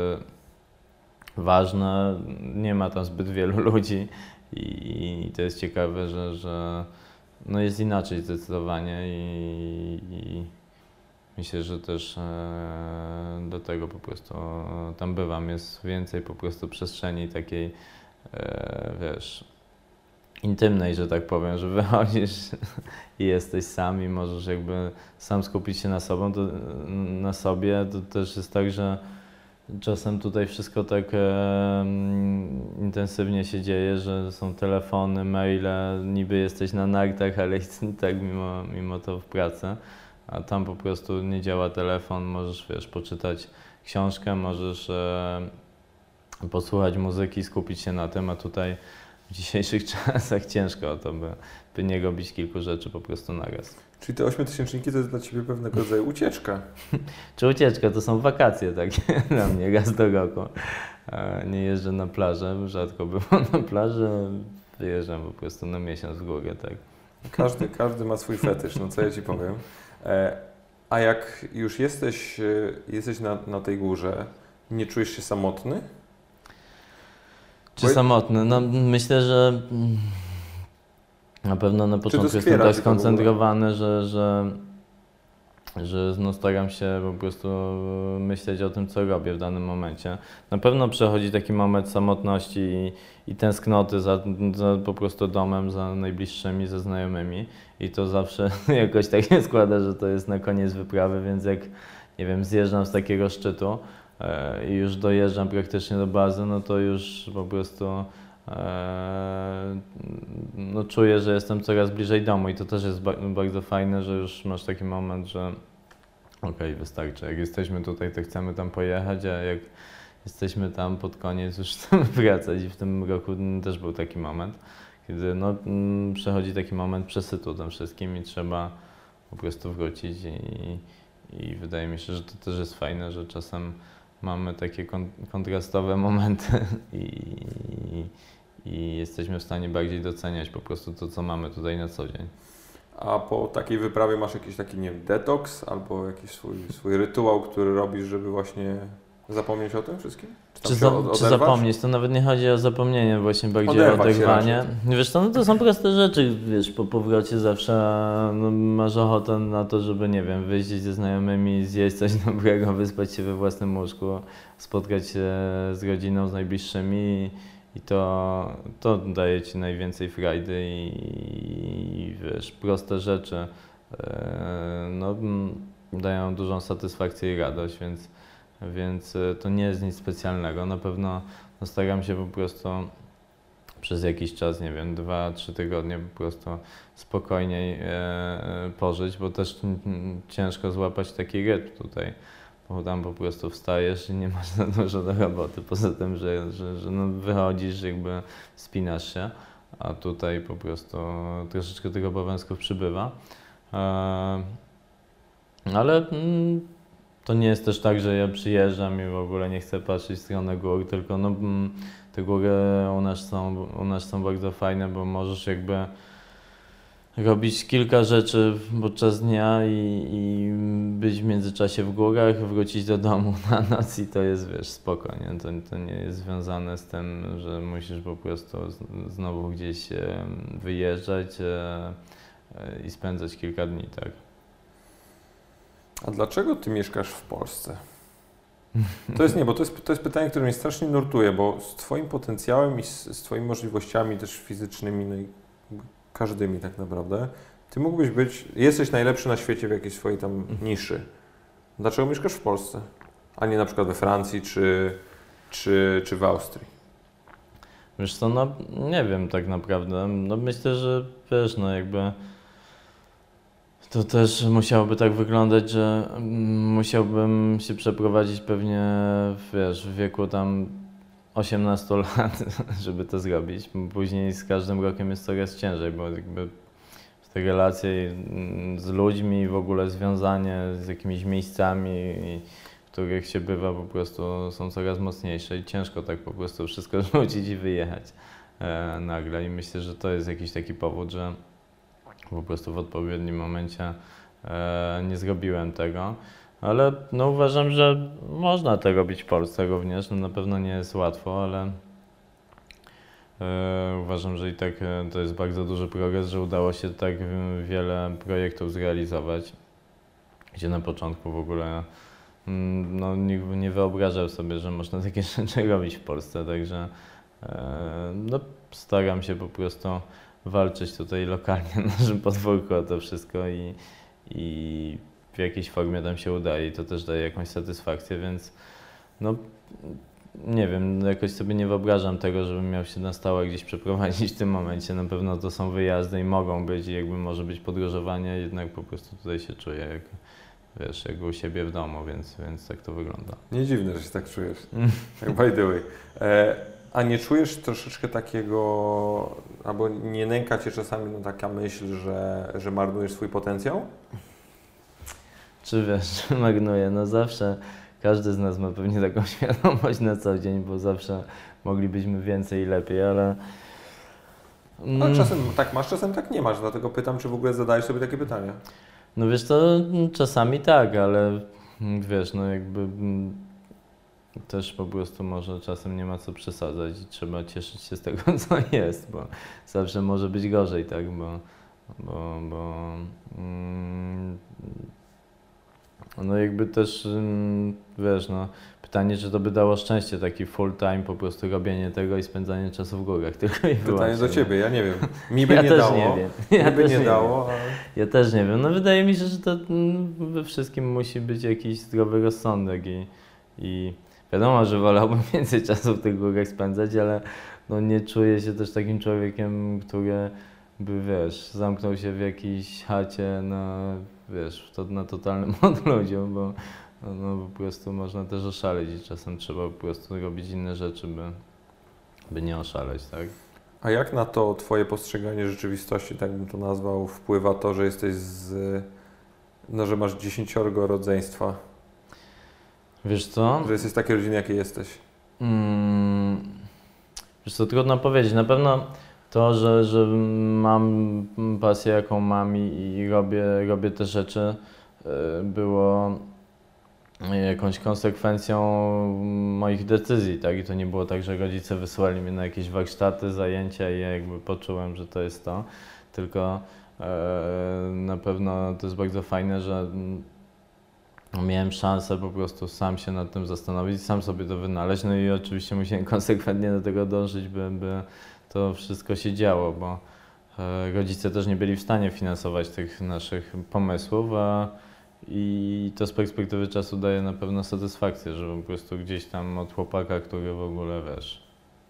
ważne. Nie ma tam zbyt wielu ludzi i to jest ciekawe, że, że no jest inaczej zdecydowanie i, i myślę, że też do tego po prostu tam bywam. Jest więcej po prostu przestrzeni takiej, wiesz, intymnej, że tak powiem, że wychodzisz i jesteś sam i możesz jakby sam skupić się na, sobą, to, na sobie. To też jest tak, że czasem tutaj wszystko tak e, intensywnie się dzieje, że są telefony, maile, niby jesteś na nartach, ale tak mimo, mimo to w pracy, a tam po prostu nie działa telefon, możesz, wiesz, poczytać książkę, możesz e, posłuchać muzyki, skupić się na tym, a tutaj w dzisiejszych czasach ciężko o to, by, by nie robić kilku rzeczy po prostu naraz. Czyli te ośmiotysięczniki to jest dla Ciebie pewnego rodzaju ucieczka. Czy ucieczka? To są wakacje takie dla mnie raz do roku. Nie jeżdżę na plażę, rzadko bywam na plaży, wyjeżdżam po prostu na miesiąc w górę, tak. Każdy, każdy ma swój fetysz, no co ja Ci powiem. A jak już jesteś, jesteś na, na tej górze, nie czujesz się samotny? Czy Bo... samotny? No myślę, że na pewno na początku jestem tak skoncentrowany, że, że, że no staram się po prostu myśleć o tym, co robię w danym momencie. Na pewno przechodzi taki moment samotności i, i tęsknoty za, za po prostu domem, za najbliższymi, ze znajomymi i to zawsze jakoś tak się składa, że to jest na koniec wyprawy, więc jak, nie wiem, zjeżdżam z takiego szczytu i już dojeżdżam praktycznie do bazy, no to już po prostu no czuję, że jestem coraz bliżej domu i to też jest bardzo fajne, że już masz taki moment, że okej, okay, wystarczy, jak jesteśmy tutaj, to chcemy tam pojechać, a jak jesteśmy tam pod koniec, już chcemy wracać i w tym roku też był taki moment, kiedy no, przechodzi taki moment przesytu tym wszystkim i trzeba po prostu wrócić i, i wydaje mi się, że to też jest fajne, że czasem mamy takie kon kontrastowe momenty i, i jesteśmy w stanie bardziej doceniać po prostu to, co mamy tutaj na co dzień. A po takiej wyprawie masz jakiś taki, nie wiem, detoks albo jakiś swój, swój rytuał, który robisz, żeby właśnie zapomnieć o tym wszystkim? Czy, Czy, za, czy zapomnieć? To nawet nie chodzi o zapomnienie, właśnie bardziej o oderwanie. Wiesz co, no to są proste rzeczy, wiesz, po powrocie zawsze no, masz ochotę na to, żeby, nie wiem, wyjść ze znajomymi, zjeść coś dobrego, wyspać się we własnym łóżku, spotkać się z rodziną, z najbliższymi i to, to daje Ci najwięcej frajdy i, i wiesz, proste rzeczy yy, no, dają dużą satysfakcję i radość, więc Więc to nie jest nic specjalnego. Na pewno no, staram się po prostu przez jakiś czas, nie wiem, dwa, trzy tygodnie po prostu spokojniej e, pożyć, bo też m, ciężko złapać taki rytm tutaj, bo tam po prostu wstajesz i nie masz za dużo do roboty, poza tym, że, że, że no, wychodzisz, jakby spinasz się, a tutaj po prostu troszeczkę tych obowiązków przybywa. E, ale mm, to nie jest też tak, że ja przyjeżdżam i w ogóle nie chcę patrzeć w stronę gór, tylko no, te góry u nas są, u nas są bardzo fajne, bo możesz jakby robić kilka rzeczy podczas dnia i, i być w międzyczasie w górach, wrócić do domu na noc i to jest, wiesz, spoko, nie? To, to nie jest związane z tym, że musisz po prostu znowu gdzieś wyjeżdżać i spędzać kilka dni, tak? A dlaczego ty mieszkasz w Polsce? To jest nie, bo to jest, to jest pytanie, które mnie strasznie nurtuje, bo z twoim potencjałem i z, z twoimi możliwościami też fizycznymi, no i każdymi tak naprawdę, ty mógłbyś być, jesteś najlepszy na świecie w jakiejś swojej tam niszy. Dlaczego mieszkasz w Polsce, a nie na przykład we Francji czy, czy, czy w Austrii? Wiesz co, no nie wiem tak naprawdę, no myślę, że wiesz, no jakby to też musiałoby tak wyglądać, że musiałbym się przeprowadzić pewnie, wiesz, w wieku tam osiemnastu lat, żeby to zrobić. Później z każdym rokiem jest coraz ciężej, bo jakby te relacje z ludźmi, w ogóle związanie z jakimiś miejscami, w których się bywa, po prostu są coraz mocniejsze i ciężko tak po prostu wszystko rzucić i wyjechać e, nagle. I myślę, że to jest jakiś taki powód, że po prostu w odpowiednim momencie e, nie zrobiłem tego, ale no uważam, że można to robić w Polsce również, no na pewno nie jest łatwo, ale e, uważam, że i tak e, to jest bardzo duży progres, że udało się tak wiele projektów zrealizować, gdzie na początku w ogóle mm, no, nikt nie wyobrażał sobie, że można takie rzeczy robić w Polsce, także e, no, staram się po prostu walczyć tutaj lokalnie na naszym podwórku o to wszystko i, i w jakiejś formie tam się udaje i to też daje jakąś satysfakcję, więc no nie wiem, jakoś sobie nie wyobrażam tego, żebym miał się na stałe gdzieś przeprowadzić w tym momencie. Na pewno to są wyjazdy i mogą być i jakby może być podróżowanie, jednak po prostu tutaj się czuję jak, wiesz, jak u siebie w domu, więc, więc tak to wygląda. Nie dziwne, że się tak czujesz, by the way. E A nie czujesz troszeczkę takiego, albo nie nęka cię czasami no, taka myśl, że, że marnujesz swój potencjał? Czy wiesz, czy marnuję? No zawsze, każdy z nas ma pewnie taką świadomość na co dzień, bo zawsze moglibyśmy więcej i lepiej, ale... Mm. Ale czasem tak masz, czasem tak nie masz, dlatego pytam, czy w ogóle zadajesz sobie takie pytania. No wiesz to czasami tak, ale wiesz, no jakby... Też po prostu może czasem nie ma co przesadzać i trzeba cieszyć się z tego, co jest, bo zawsze może być gorzej, tak, bo, bo, bo mm, no jakby też, mm, wiesz, no pytanie, czy to by dało szczęście, taki full time po prostu robienie tego i spędzanie czasu w górach, tylko i Pytanie wyłącznie. do Ciebie, ja nie wiem, mi by ja nie też dało, nie wiem. Ja mi by też nie nie dało, wiem. ale... Ja też nie wiem, no wydaje mi się, że to mm, we wszystkim musi być jakiś zdrowy rozsądek i, i wiadomo, że wolałbym więcej czasu w tych górach spędzać, ale no nie czuję się też takim człowiekiem, który by, wiesz, zamknął się w jakiejś chacie na, wiesz, to, na totalnym odludziu, bo no, no, po prostu można też oszaleć i czasem trzeba po prostu robić inne rzeczy, by, by nie oszaleć, tak? A jak na to Twoje postrzeganie rzeczywistości, tak bym to nazwał, wpływa to, że jesteś z No, że masz dziesięciorgo rodzeństwa. Wiesz co? Że jesteś z takiej rodziny, jakiej jesteś. Mm, wiesz co, trudno powiedzieć. Na pewno to, że, że mam pasję, jaką mam i, i robię, robię te rzeczy, y, było jakąś konsekwencją moich decyzji, tak? I to nie było tak, że rodzice wysłali mnie na jakieś warsztaty, zajęcia i ja jakby poczułem, że to jest to. Tylko e, na pewno to jest bardzo fajne, że miałem szansę po prostu sam się nad tym zastanowić, sam sobie to wynaleźć, no i oczywiście musiałem konsekwentnie do tego dążyć, by, by to wszystko się działo, bo e, rodzice też nie byli w stanie finansować tych naszych pomysłów, a i to z perspektywy czasu daje na pewno satysfakcję, że po prostu gdzieś tam od chłopaka, który w ogóle, wiesz,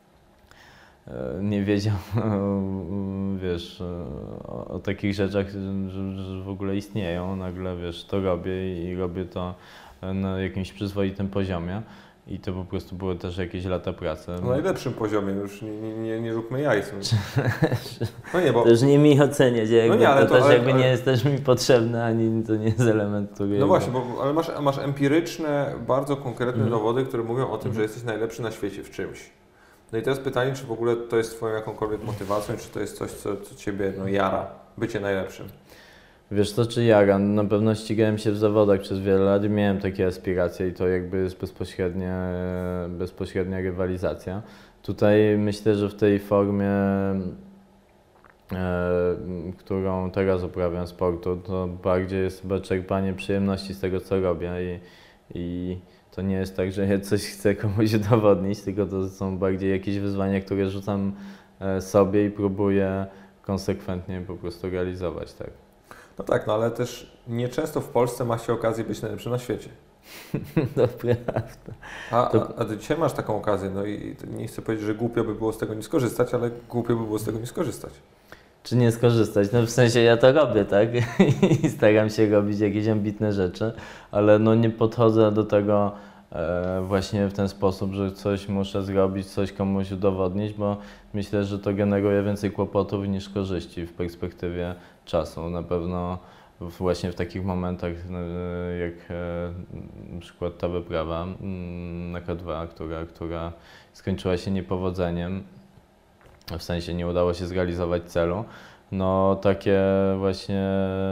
nie wiedział, wiesz, o, o takich rzeczach, że, że w ogóle istnieją, nagle, wiesz, to robię i robię to na jakimś przyzwoitym poziomie. I to po prostu były też jakieś lata pracy. Na najlepszym poziomie, już nie, nie, nie, nie róbmy jajc. No nie, bo... Też nie mi oceniać, jakby, no nie, ale to, to też ale, jakby ale... nie jest też mi potrzebne, ani to nie jest element, który... No właśnie, bo, ale masz, masz empiryczne, bardzo konkretne Mhm. dowody, które mówią o tym, Mhm. że jesteś najlepszy na świecie w czymś. No i teraz pytanie, czy w ogóle to jest twoją jakąkolwiek motywacją, czy to jest coś, co, co ciebie no, jara, bycie najlepszym? Wiesz co, czy jara? Na pewno ścigałem się w zawodach przez wiele lat i miałem takie aspiracje i to jakby jest bezpośrednia, bezpośrednia rywalizacja. Tutaj myślę, że w tej formie, e, którą teraz uprawiam sportu, to bardziej jest chyba czerpanie przyjemności z tego, co robię i, i to nie jest tak, że ja coś chcę komuś udowodnić, tylko to są bardziej jakieś wyzwania, które rzucam sobie i próbuję konsekwentnie po prostu realizować, tak. No tak, no ale też nieczęsto w Polsce ma się okazję być najlepszym na świecie. To prawda. A, a, a ty dzisiaj masz taką okazję, no i nie chcę powiedzieć, że głupio by było z tego nie skorzystać, ale głupio by było z tego nie skorzystać. Czy nie skorzystać? No w sensie ja to robię, tak? I staram się robić jakieś ambitne rzeczy, ale no nie podchodzę do tego e, właśnie w ten sposób, że coś muszę zrobić, coś komuś udowodnić, bo myślę, że to generuje więcej kłopotów niż korzyści w perspektywie czasu. Na pewno właśnie w takich momentach jak e, na przykład ta wyprawa na K dwa, która, która skończyła się niepowodzeniem, w sensie nie udało się zrealizować celu, no takie właśnie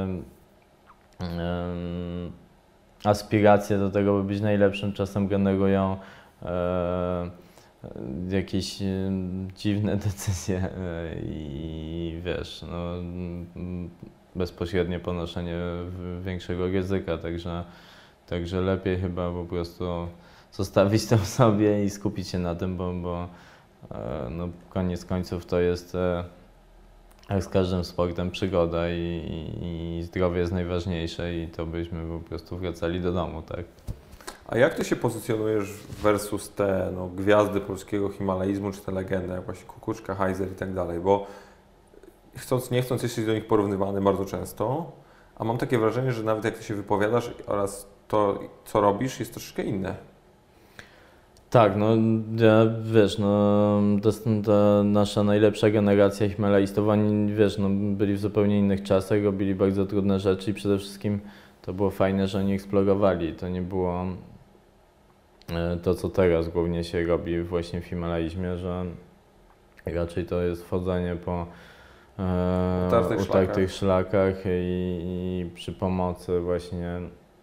um, aspiracje do tego, by być najlepszym, czasem generują e, jakieś e, dziwne decyzje e, i wiesz, no, bezpośrednie ponoszenie większego ryzyka, także, także lepiej chyba po prostu zostawić to w sobie i skupić się na tym, bo, bo no, koniec końców to jest, jak z każdym sportem, przygoda i, i, i zdrowie jest najważniejsze i to byśmy po prostu wracali do domu, tak? A jak ty się pozycjonujesz versus te no, gwiazdy polskiego himalaizmu, czy te legendy, jak właśnie Kukuczka, Heiser i tak dalej, bo chcąc nie chcąc jesteś do nich porównywany bardzo często, a mam takie wrażenie, że nawet jak ty się wypowiadasz oraz to, co robisz, jest troszeczkę inne. Tak, no ja, wiesz, no to, ta nasza najlepsza generacja himalaistów, oni, wiesz, no byli w zupełnie innych czasach, robili bardzo trudne rzeczy i przede wszystkim to było fajne, że oni eksplorowali. To nie było to, co teraz głównie się robi właśnie w himalaizmie, że raczej to jest wchodzenie po e, utartych, utartych szlakach, szlakach i, i przy pomocy właśnie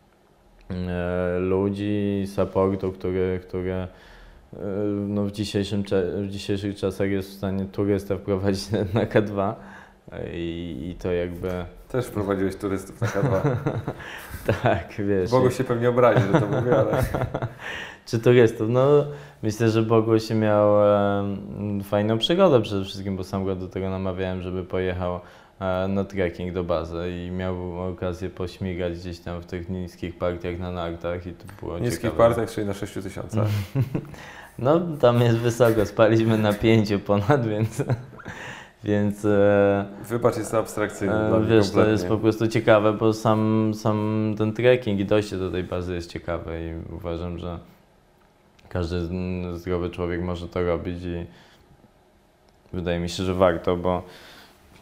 ludzi, supportu, który, który no w, dzisiejszym, w dzisiejszych czasach jest w stanie turystę wprowadzić na K dwa i, i to jakby... Też wprowadziłeś turystów na K dwa. Tak, wiesz. Boguś się pewnie obrazi, że to mówię, ale... Czy turystów? No myślę, że Boguś miał e, fajną przygodę przede wszystkim, bo sam go do tego namawiałem, żeby pojechał na trekking do bazy i miał okazję pośmigać gdzieś tam w tych niskich partiach na nartach i to było niskich ciekawe. partiach, czyli na sześciu tysiącach. No tam jest wysoko, spaliśmy na pięciu ponad, więc... więc e, Wybacz, jest to abstrakcyjne e, dla mnie wiesz, kompletnie. to jest po prostu ciekawe, bo sam, sam ten trekking i dojście do tej bazy jest ciekawe i uważam, że każdy zdrowy człowiek może to robić i wydaje mi się, że warto, bo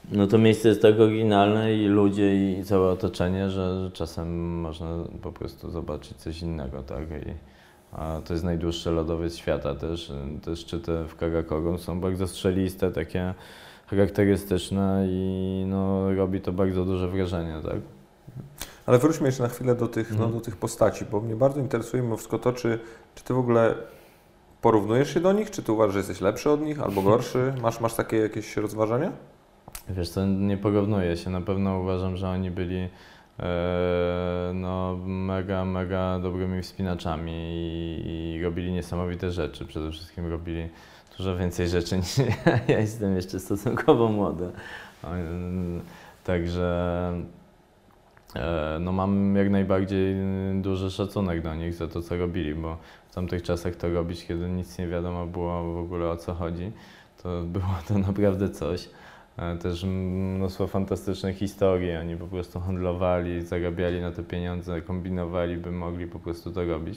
No to miejsce jest tak oryginalne i ludzie i całe otoczenie, że, że czasem można po prostu zobaczyć coś innego, tak? I, a to jest najdłuższy lodowiec świata też. Te szczyty w Karakorum są bardzo strzeliste, takie charakterystyczne i no, robi to bardzo duże wrażenie, tak? Ale wróćmy jeszcze na chwilę do tych, Mhm. no, do tych postaci, bo mnie bardzo interesuje mimo wszystko to, czy, czy Ty w ogóle porównujesz się do nich, czy Ty uważasz, że jesteś lepszy od nich albo gorszy? Masz, masz takie jakieś rozważania? Wiesz co, nie porównuję się. Na pewno uważam, że oni byli e, no, mega, mega dobrymi wspinaczami i, i robili niesamowite rzeczy. Przede wszystkim robili dużo więcej rzeczy niż ja. Ja jestem jeszcze stosunkowo młody. E, Także e, no, mam jak najbardziej duży szacunek do nich za to, co robili, bo w tamtych czasach to robić, kiedy nic nie wiadomo było w ogóle o co chodzi, to było to naprawdę coś. Też mnóstwo fantastycznych historii, oni po prostu handlowali, zarabiali na te pieniądze, kombinowali, by mogli po prostu to robić.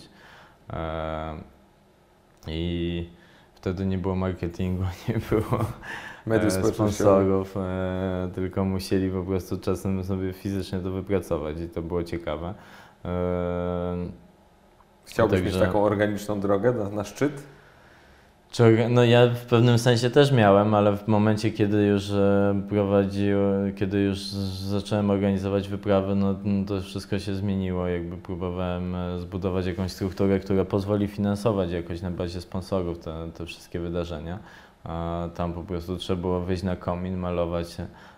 I wtedy nie było marketingu, nie było Mediów sponsorów, tylko musieli po prostu czasem sobie fizycznie to wypracować i to było ciekawe. Chciałbyś Także... mieć taką organiczną drogę na, na szczyt? No ja w pewnym sensie też miałem, ale w momencie, kiedy już prowadziłem, kiedy już zacząłem organizować wyprawy, no to wszystko się zmieniło. Jakby próbowałem zbudować jakąś strukturę, która pozwoli finansować jakoś na bazie sponsorów te, te wszystkie wydarzenia. A tam po prostu trzeba było wyjść na komin, malować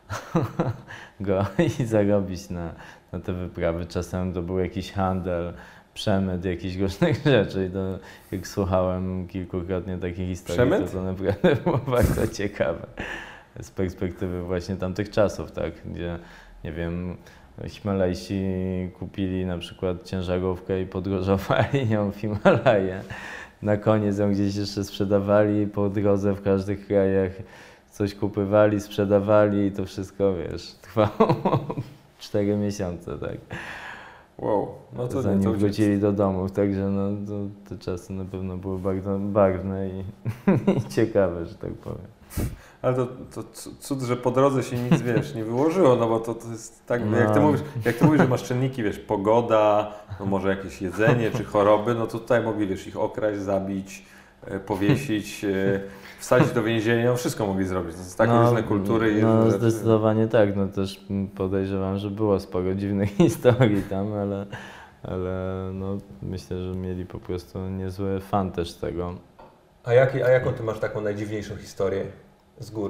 go i zarobić na, na te wyprawy. Czasem to był jakiś handel, przemyt jakichś różnych rzeczy i to jak słuchałem kilkukrotnie takich historii, przemyt? to, to naprawdę było bardzo ciekawe z perspektywy właśnie tamtych czasów, tak, gdzie nie wiem, Himalajsi kupili na przykład ciężarówkę i podróżowali nią w Himalaje. Na koniec ją gdzieś jeszcze sprzedawali po drodze w każdych krajach, coś kupywali, sprzedawali i to wszystko, wiesz, trwało cztery miesiące, tak. Wow, no to zanim to wrócili do domów, także no, to, te czasy na pewno były bardzo barwne i, i ciekawe, że tak powiem. Ale to, to cud, że po drodze się nic, wiesz, nie wyłożyło, no bo to, to jest tak, No. jak ty mówisz, jak ty mówisz, że masz czynniki, wiesz, pogoda, no może jakieś jedzenie czy choroby, no to tutaj mogli, wiesz, ich okraść, zabić, e, powiesić, e, wsadzić do więzienia, no wszystko mogli zrobić. To są tak no, różne kultury i No różne zdecydowanie tak, no też podejrzewam, że było sporo dziwnych historii tam, ale, ale no, myślę, że mieli po prostu niezły fan też z tego. A, jak, a jaką ty masz taką najdziwniejszą historię z gór?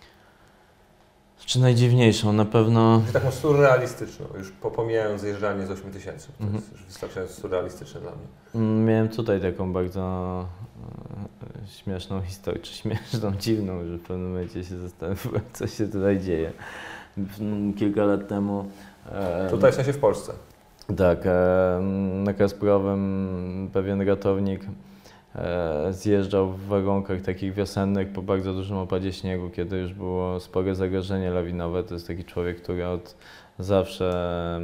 Czy najdziwniejszą? Na pewno... Taką surrealistyczną, już pomijając zjeżdżanie z ośmiu tysięcy, to Mhm. jest już wystarczająco surrealistyczne dla mnie. Miałem tutaj taką bardzo e, śmieszną historię, czy śmieszną, dziwną, że w pewnym momencie się zastanawiałem, co się tutaj dzieje. W- Kilka lat temu... E, Tutaj w sensie w Polsce. Tak, e, na Kasprowym pewien ratownik e, zjeżdżał w warunkach takich wiosennych po bardzo dużym opadzie śniegu, kiedy już było spore zagrożenie lawinowe. To jest taki człowiek, który od zawsze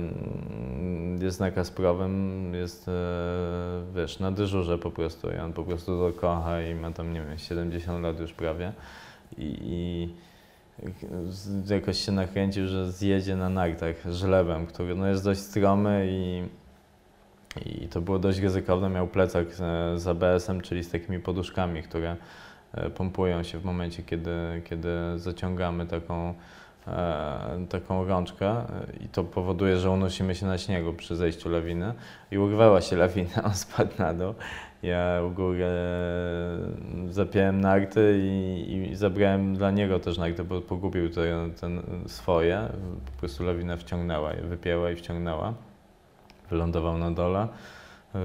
mm, jest na Kasprowym, jest, e, wiesz, na dyżurze po prostu i on po prostu to kocha i ma tam, nie wiem, siedemdziesiąt lat już prawie. I, i z- jakoś się nakręcił, że zjedzie na nartach żlebem, który no, jest dość stromy i, i to było dość ryzykowne. Miał plecak z, z A B S-em, czyli z takimi poduszkami, które e, pompują się w momencie, kiedy, kiedy zaciągamy taką, e, taką rączkę e, i to powoduje, że unosimy się na śniegu przy zejściu lawiny i urwała się lawina, on spadł na dół. Ja u góry e, zapiąłem narty i, i zabrałem dla niego też narty, bo pogubił te, ten swoje. Po prostu lawina wciągnęła je, wypięła i wciągnęła. Wylądował na dole. E,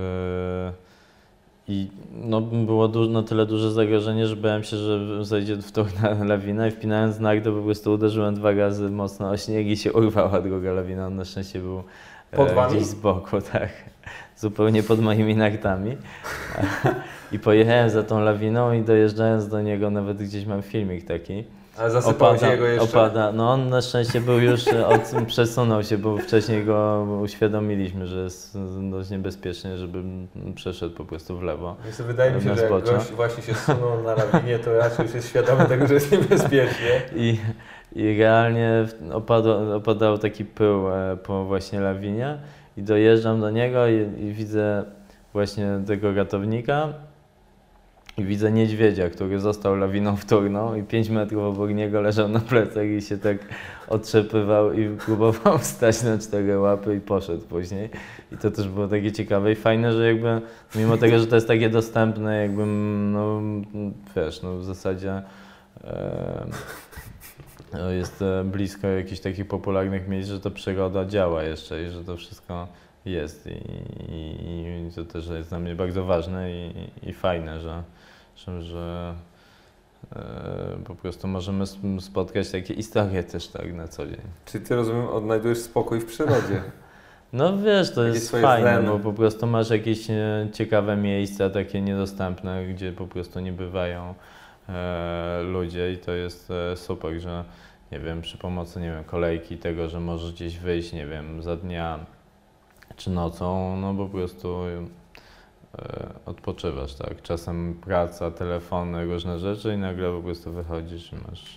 I no, było du- na tyle duże zagrożenie, że bałem się, że zejdzie w tą lawinę i wpinając narty po prostu uderzyłem dwa razy mocno o śnieg i się urwała druga lawina. On na szczęście był Pod e, wami? gdzieś z boku, tak. Zupełnie pod moimi nartami. I pojechałem za tą lawiną i dojeżdżając do niego, nawet gdzieś mam filmik taki. Ale zasypałeś jego jeszcze? Opada. No on na szczęście był już, od, przesunął się, bo wcześniej go uświadomiliśmy, że jest dość niebezpiecznie, żeby przeszedł po prostu w lewo. Więc wydaje mi się, na że jak zboczu. gość właśnie się zsunął na lawinie, to raczej już jest świadomy tego, że jest niebezpiecznie. I, i realnie opadł, opadał taki pył po właśnie lawinie i dojeżdżam do niego i, i widzę właśnie tego ratownika i widzę niedźwiedzia, który został lawiną wtórną i pięć metrów obok niego leżał na plecach i się tak otrzepywał i próbował wstać na cztery łapy i poszedł później. I to też było takie ciekawe i fajne, że jakby mimo tego, że to jest takie dostępne, jakby no wiesz, no w zasadzie e, jest blisko jakichś takich popularnych miejsc, że ta przyroda działa jeszcze i że to wszystko jest i, i, i to też jest dla mnie bardzo ważne i, i fajne, że, że, że e, po prostu możemy spotkać takie historie też tak na co dzień. Czyli ty, rozumiem, odnajdujesz spokój w przyrodzie. No wiesz, to Jakieś jest swoje fajne, zeny. bo po prostu masz jakieś e, ciekawe miejsca, takie niedostępne, gdzie po prostu nie bywają e, ludzie i to jest e, super, że nie wiem, przy pomocy, nie wiem, kolejki, tego, że możesz gdzieś wyjść, nie wiem, za dnia czy nocą, no po prostu e, odpoczywasz, tak. Czasem praca, telefony, różne rzeczy i nagle po prostu wychodzisz i masz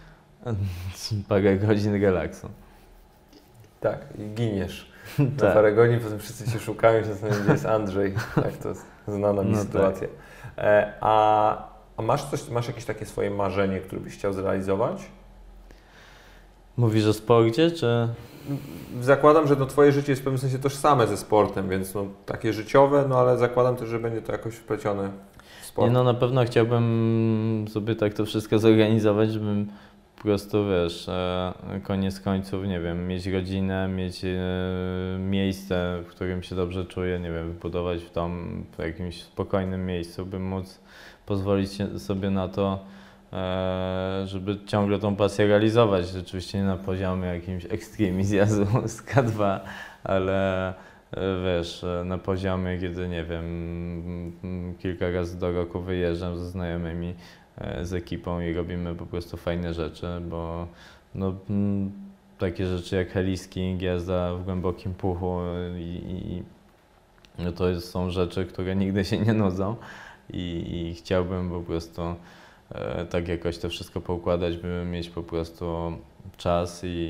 parę godzin relaksu. Tak, i giniesz. Na Tak. parę godzin, potem wszyscy się szukają, się zastanawiają, gdzie jest Andrzej. Tak, to jest znana mi No sytuacja. E, a, a masz coś, masz jakieś takie swoje marzenie, które byś chciał zrealizować? Mówisz o sporcie, czy? Zakładam, że no twoje życie jest w pewnym sensie tożsame ze sportem, więc no takie życiowe, no ale zakładam też, że będzie to jakoś wplecione w sport. Nie, no na pewno chciałbym sobie tak to wszystko zorganizować, żebym po prostu, wiesz, e, koniec końców, nie wiem, mieć rodzinę, mieć e, miejsce, w którym się dobrze czuję, nie wiem, wybudować w dom w jakimś spokojnym miejscu, by móc pozwolić się- sobie na to, e, żeby ciągle tą pasję realizować. Oczywiście nie na poziomie jakimś ekstremizmu zjazdu z K dwa, ale e, wiesz, e, na poziomie, kiedy, nie wiem, m, kilka razy do roku wyjeżdżam ze znajomymi, e, z ekipą i robimy po prostu fajne rzeczy, bo no, m, takie rzeczy jak heliski, jazda w głębokim puchu i, i no to jest, są rzeczy, które nigdy się nie nudzą i, i chciałbym po prostu e, tak jakoś to wszystko poukładać, by mieć po prostu czas i,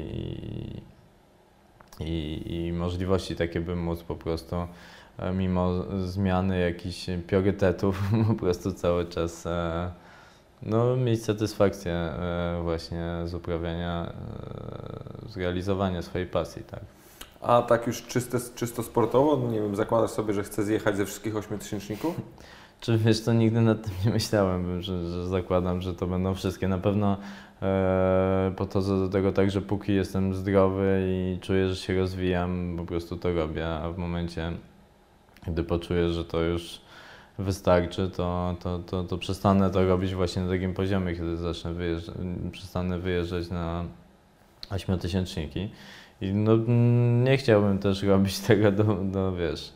i, i możliwości takie, by móc po prostu e, mimo zmiany jakichś priorytetów po prostu cały czas e, no, mieć satysfakcję e, właśnie z uprawiania, e, z realizowania swojej pasji, tak. A tak już czyste, czysto sportowo, no nie wiem, zakładasz sobie, że chcesz zjechać ze wszystkich ośmiotysięczników? Czy wiesz, to nigdy nad tym nie myślałem, że, że zakładam, że to będą wszystkie. Na pewno e, podchodzę do tego tak, że póki jestem zdrowy i czuję, że się rozwijam, po prostu to robię, a w momencie, gdy poczuję, że to już wystarczy, to, to, to, to przestanę to robić właśnie na takim poziomie, kiedy zacznę wyjeżdżać, przestanę wyjeżdżać na ośmiotysięczniki. I no, mm, nie chciałbym też robić tego do, do wiesz,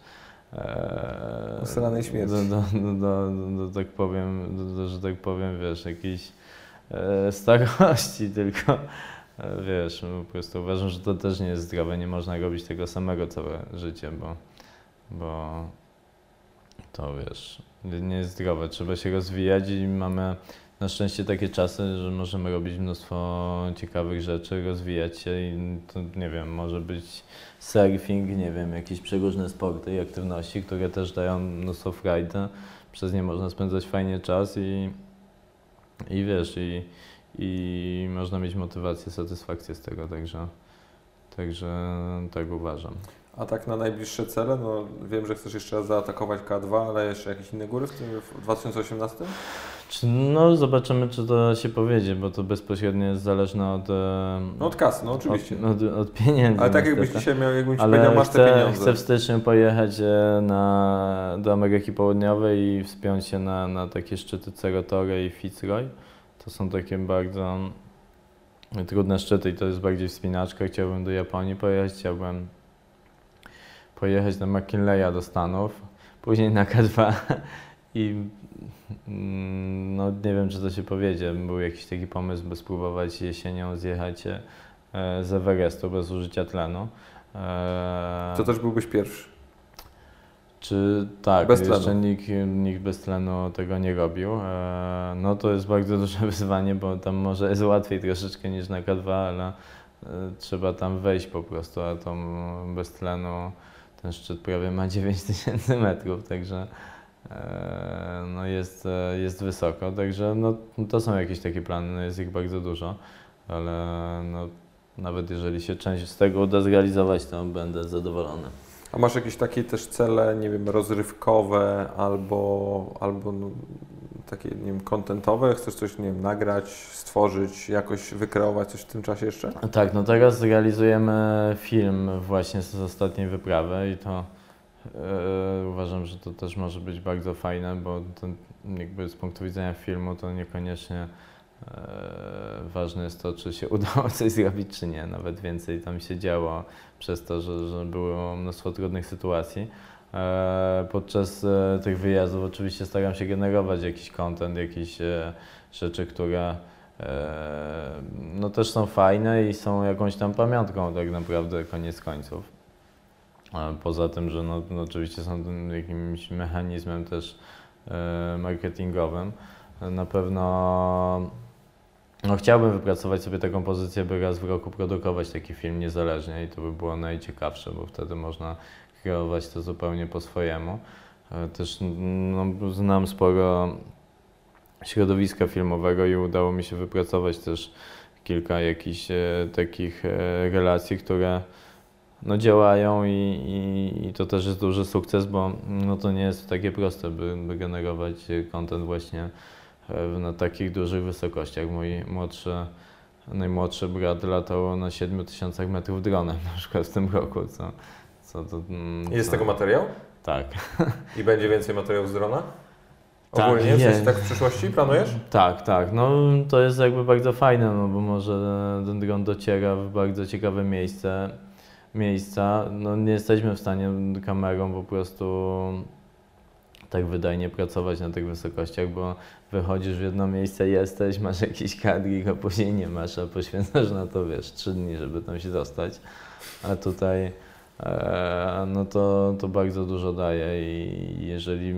e, Usranej śmierci. do, do, do, do, do, do, tak powiem, do, do, że tak powiem, wiesz, jakiejś e, starości, tylko e, wiesz, no, po prostu uważam, że to też nie jest zdrowe, nie można robić tego samego całe życie, bo, bo to wiesz, nie jest zdrowe, trzeba się rozwijać i mamy na szczęście takie czasy, że możemy robić mnóstwo ciekawych rzeczy, rozwijać się i to nie wiem, może być surfing, nie wiem, jakieś przeróżne sporty i aktywności, które też dają mnóstwo frajdy, przez nie można spędzać fajnie czas i, i wiesz, i, i można mieć motywację, satysfakcję z tego, także, także tak uważam. A tak na najbliższe cele, no wiem, że chcesz jeszcze raz zaatakować K dwa, ale jeszcze jakieś inne góry w tym w dwa tysiące osiemnastym? Czy, no zobaczymy, czy to się powiedzie, bo to bezpośrednio jest zależne od, e, No od kasy, no oczywiście. od, od, od pieniędzy. Ale tak jakbyś niestety. dzisiaj miał, jakbym ci Ale powiedział, masz chcę, te pieniądze. chcę w styczniu pojechać e, na, do Ameryki Południowej i wspiąć się na, na takie szczyty Cerotory i Fitzroy. To są takie bardzo trudne szczyty i to jest bardziej wspinaczka. Chciałbym do Japonii pojechać, chciałbym pojechać do McKinleya do Stanów, później na K dwa i mm, no nie wiem, czy to się powiedzie. Był jakiś taki pomysł, by spróbować jesienią zjechać e, z Everestu bez użycia tlenu. E, To też byłbyś pierwszy. Czy tak, bez jeszcze tlenu. nikt, nikt bez tlenu tego nie robił. E, no to jest bardzo duże wyzwanie, bo tam może jest łatwiej troszeczkę niż na K dwa, ale e, trzeba tam wejść po prostu, a to bez tlenu ten szczyt prawie ma dziewięć tysięcy metrów, także e, no jest, e, jest wysoko, także no, to są jakieś takie plany, no jest ich bardzo dużo, ale no, nawet jeżeli się część z tego uda zrealizować, to będę zadowolony. A masz jakieś takie też cele, nie wiem, rozrywkowe albo, albo no, takie, nie wiem, kontentowe? Chcesz coś, nie wiem, nagrać, stworzyć, jakoś wykreować coś w tym czasie jeszcze? Tak, no teraz realizujemy film właśnie z ostatniej wyprawy i to e, uważam, że to też może być bardzo fajne, bo to jakby z punktu widzenia filmu to niekoniecznie e, ważne jest to, czy się udało coś zrobić, czy nie. Nawet więcej tam się działo przez to, że, że było mnóstwo trudnych sytuacji. E, podczas e, tych wyjazdów oczywiście staram się generować jakiś content, jakieś e, rzeczy, które no też są fajne i są jakąś tam pamiątką tak naprawdę koniec końców. Poza tym, że no, no oczywiście są tym jakimś mechanizmem też e, marketingowym. Na pewno no, chciałbym wypracować sobie taką pozycję, by raz w roku produkować taki film niezależnie i to by było najciekawsze, bo wtedy można kreować to zupełnie po swojemu. E, też no, znam sporo środowiska filmowego i udało mi się wypracować też kilka jakichś e, takich e, relacji, które no, działają i, i, i to też jest duży sukces, bo no, to nie jest takie proste, by, by generować content właśnie e, na takich dużych wysokościach. Mój młodszy, najmłodszy brat latał na siedmiu tysiącach metrów dronem na przykład w tym roku, co, co to... Mm, Jest co, tego materiał? Tak. I będzie więcej materiałów z drona? Tak, Ogólnie, w jest. sensie tak w przyszłości planujesz? Tak, tak. No to jest jakby bardzo fajne, no bo może ten dron dociera w bardzo ciekawe miejsce, miejsca. No nie jesteśmy w stanie kamerą po prostu tak wydajnie pracować na tych wysokościach, bo wychodzisz w jedno miejsce, jesteś, masz jakiś kadrik, a później nie masz, a poświęcasz na to, wiesz, trzy dni, żeby tam się dostać. A tutaj e, no to, to bardzo dużo daje i jeżeli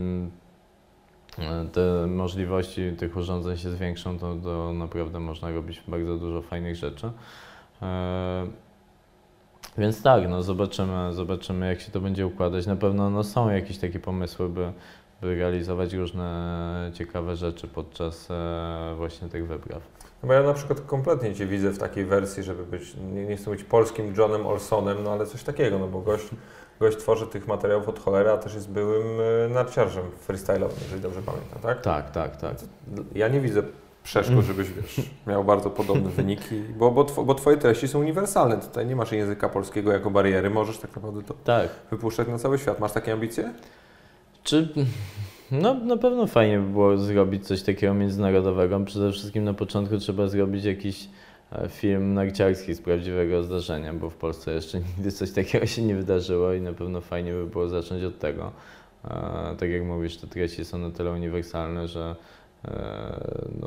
te możliwości tych urządzeń się zwiększą, to, to naprawdę można robić bardzo dużo fajnych rzeczy. E, więc tak, no zobaczymy, zobaczymy jak się to będzie układać. Na pewno no, są jakieś takie pomysły, by, by realizować różne ciekawe rzeczy podczas e, właśnie tych wypraw. No bo ja na przykład kompletnie Cię widzę w takiej wersji, żeby być, nie, nie chcę być polskim Johnem Olsonem, no ale coś takiego, no bo gość, gość tworzy tych materiałów od cholery, a też jest byłym narciarzem freestyle'owym, jeżeli dobrze pamiętam, tak? Tak, tak, tak. Ja nie widzę przeszkód, żebyś wiesz, miał bardzo podobne wyniki, bo, bo, tw bo Twoje treści są uniwersalne, tutaj nie masz języka polskiego jako bariery, możesz tak naprawdę to Tak. wypuszczać na cały świat. Masz takie ambicje? Czy... No na pewno fajnie by było zrobić coś takiego międzynarodowego. Przede wszystkim na początku trzeba zrobić jakiś film narciarski z prawdziwego zdarzenia, bo w Polsce jeszcze nigdy coś takiego się nie wydarzyło i na pewno fajnie by było zacząć od tego. E, tak jak mówisz, te treści są na tyle uniwersalne, że e, no,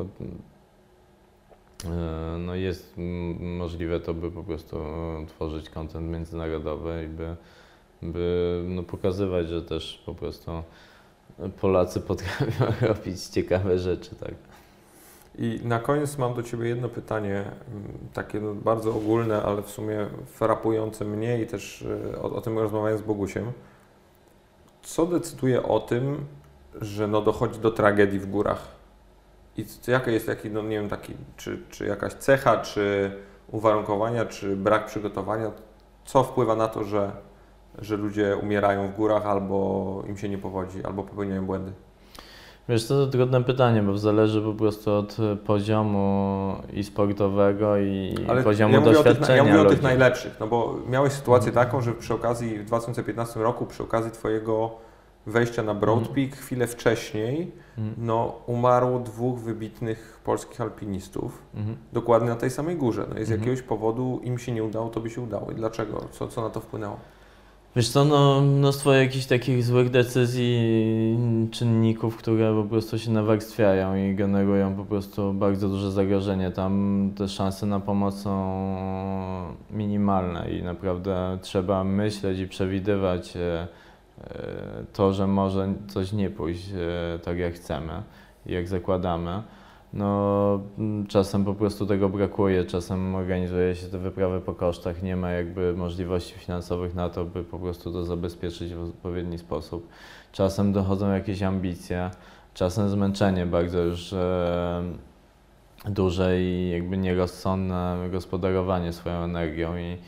e, no jest możliwe to, by po prostu tworzyć content międzynarodowy i by, by no, pokazywać, że też po prostu Polacy potrafią robić ciekawe rzeczy, tak. I na koniec mam do Ciebie jedno pytanie, takie no bardzo ogólne, ale w sumie frapujące mnie i też o, o tym rozmawiając z Bogusiem. Co decyduje o tym, że no dochodzi do tragedii w górach? I jaka jest, jaki, no nie wiem, taki, czy, czy jakaś cecha, czy uwarunkowania, czy brak przygotowania? Co wpływa na to, że, że ludzie umierają w górach albo im się nie powodzi, albo popełniają błędy? Wiesz, to trudne pytanie, bo zależy po prostu od poziomu i sportowego, i Ale poziomu ja mówię doświadczenia o tych, ja mówię o tych ludzi. najlepszych, no bo miałeś sytuację mm. taką, że przy okazji w dwa tysiące piętnastym roku, przy okazji Twojego wejścia na Broad Peak, mm. chwilę wcześniej, mm. no umarło dwóch wybitnych polskich alpinistów, mm. dokładnie na tej samej górze. No i z mm. jakiegoś powodu im się nie udało, to by się udało. I dlaczego? Co, co na to wpłynęło? Wiesz co, no mnóstwo jakichś takich złych decyzji, czynników, które po prostu się nawarstwiają i generują po prostu bardzo duże zagrożenie. Tam te szanse na pomoc są minimalne i naprawdę trzeba myśleć i przewidywać to, że może coś nie pójść tak jak chcemy, jak zakładamy. No, czasem po prostu tego brakuje, czasem organizuje się te wyprawy po kosztach, nie ma jakby możliwości finansowych na to, by po prostu to zabezpieczyć w odpowiedni sposób. Czasem dochodzą jakieś ambicje, czasem zmęczenie bardzo już e, duże i jakby nierozsądne gospodarowanie swoją energią i,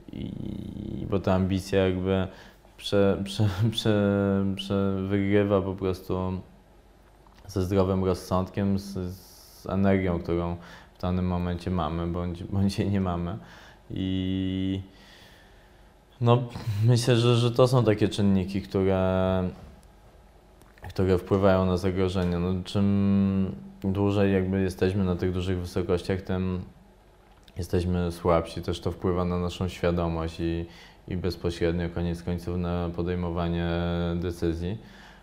i bo ta ambicja jakby prze, prze, prze, prze wygrywa po prostu ze zdrowym rozsądkiem, z, z energią, którą w danym momencie mamy, bądź, bądź jej nie mamy. I no, myślę, że, że to są takie czynniki, które, które wpływają na zagrożenie. No, czym dłużej jakby jesteśmy na tych dużych wysokościach, tym jesteśmy słabsi. Też to wpływa na naszą świadomość i, i bezpośrednio koniec końców na podejmowanie decyzji.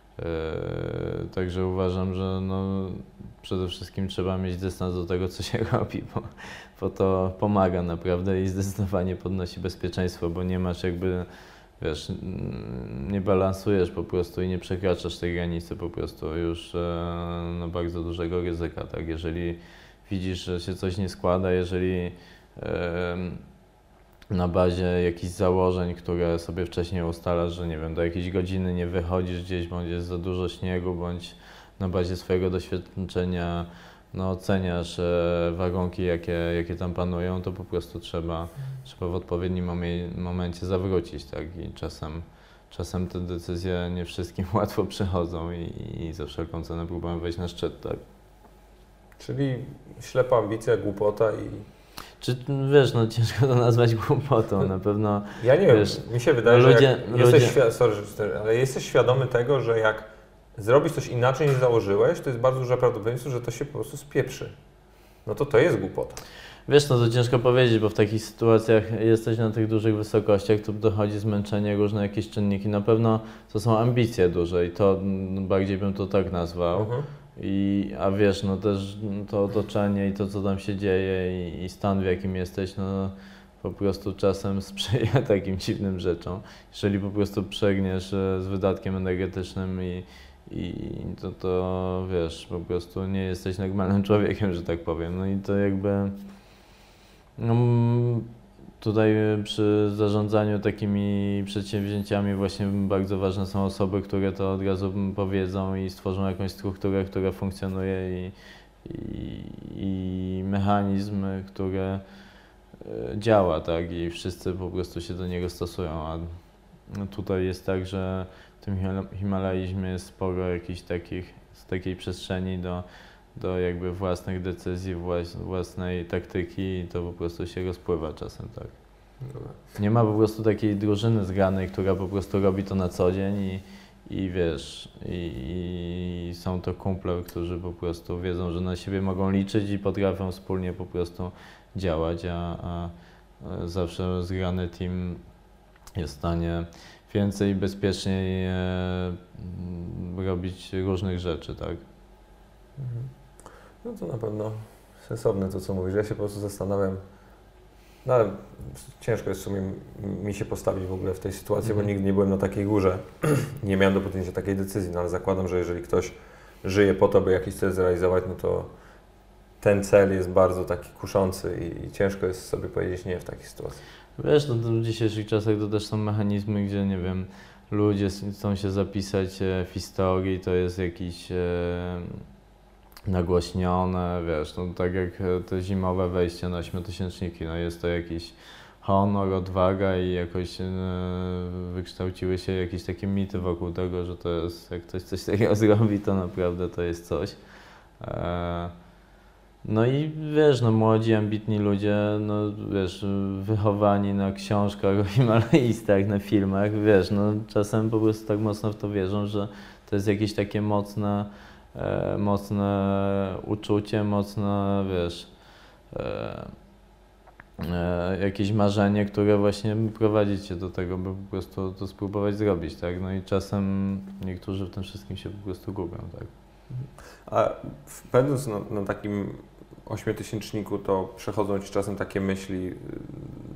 Yy, także uważam, że no, przede wszystkim trzeba mieć dystans do tego, co się robi, bo, bo to pomaga naprawdę i zdecydowanie podnosi bezpieczeństwo, bo nie masz jakby, wiesz, nie balansujesz po prostu i nie przekraczasz tej granicy po prostu już e, no, bardzo dużego ryzyka, tak? Jeżeli widzisz, że się coś nie składa, jeżeli e, na bazie jakichś założeń, które sobie wcześniej ustalasz, że nie wiem, do jakiejś godziny nie wychodzisz gdzieś, bądź jest za dużo śniegu, bądź na bazie swojego doświadczenia no, oceniasz e, warunki, jakie, jakie tam panują, to po prostu trzeba, trzeba w odpowiednim momie- momencie zawrócić, tak? I czasem, czasem te decyzje nie wszystkim łatwo przychodzą i, i za wszelką cenę próbują wejść na szczyt, tak? Czyli ślepa ambicja, głupota i... Czy wiesz, no ciężko to nazwać głupotą, na pewno. Ja nie wiesz, wiem, mi się wydaje, ludzie, że jak ludzie... jesteś, świ- sorry, że- ale jesteś świadomy tego, że jak zrobisz coś inaczej niż założyłeś, to jest bardzo duże prawdopodobieństwo, że to się po prostu spieprzy. No to to jest głupota. Wiesz, no to ciężko powiedzieć, bo w takich sytuacjach jesteś na tych dużych wysokościach, tu dochodzi zmęczenie, różne jakieś czynniki. Na pewno to są ambicje duże i to bardziej bym to tak nazwał. Mhm. I, a wiesz, no też to otoczenie i to, co tam się dzieje i, i stan, w jakim jesteś, no po prostu czasem sprzyja takim dziwnym rzeczom. Jeżeli po prostu przegniesz e, z wydatkiem energetycznym i, i to, to wiesz, po prostu nie jesteś normalnym człowiekiem, że tak powiem. No i to jakby no, tutaj przy zarządzaniu takimi przedsięwzięciami właśnie bardzo ważne są osoby, które to od razu powiedzą i stworzą jakąś strukturę, która funkcjonuje i, i, i mechanizm, który działa, tak, i wszyscy po prostu się do niego stosują, a no tutaj jest tak, że w tym himalaizmie jest sporo jakichś takich, z takiej przestrzeni do, do jakby własnych decyzji, włas, własnej taktyki i to po prostu się rozpływa czasem, tak. Dobra. Nie ma po prostu takiej drużyny zgranej, która po prostu robi to na co dzień i, i wiesz, i, i są to kumple, którzy po prostu wiedzą, że na siebie mogą liczyć i potrafią wspólnie po prostu działać, a, a zawsze zgrany team jest w stanie więcej i bezpieczniej e, robić różnych rzeczy, tak? Mhm. No to na pewno sensowne to, co mówisz. Ja się po prostu zastanawiam, no ale ciężko jest w sumie mi się postawić w ogóle w tej sytuacji, Mhm. bo nigdy nie byłem na takiej górze, nie miałem do podjęcia takiej decyzji, no ale zakładam, że jeżeli ktoś żyje po to, by jakiś cel zrealizować, no to ten cel jest bardzo taki kuszący i, i ciężko jest sobie powiedzieć nie w takiej sytuacji. Wiesz, no to w dzisiejszych czasach to też są mechanizmy, gdzie nie wiem, ludzie chcą się zapisać w historii, to jest jakiś e, nagłośnione, wiesz, no tak jak te zimowe wejście na ośmiotysięczniki, no jest to jakiś honor, odwaga i jakoś e, wykształciły się jakieś takie mity wokół tego, że to jest, jak ktoś coś takiego zrobi, to naprawdę to jest coś. E, No i wiesz, no młodzi, ambitni ludzie, no wiesz, wychowani na książkach o Himalajistach, na filmach, wiesz, no czasem po prostu tak mocno w to wierzą, że to jest jakieś takie mocne, e, mocne uczucie, mocne, wiesz, e, e, jakieś marzenie, które właśnie prowadzi cię do tego, by po prostu to spróbować zrobić, tak? No i czasem niektórzy w tym wszystkim się po prostu gubią, tak? A będąc na, na takim ośmiotysięczniku, to przechodzą Ci czasem takie myśli,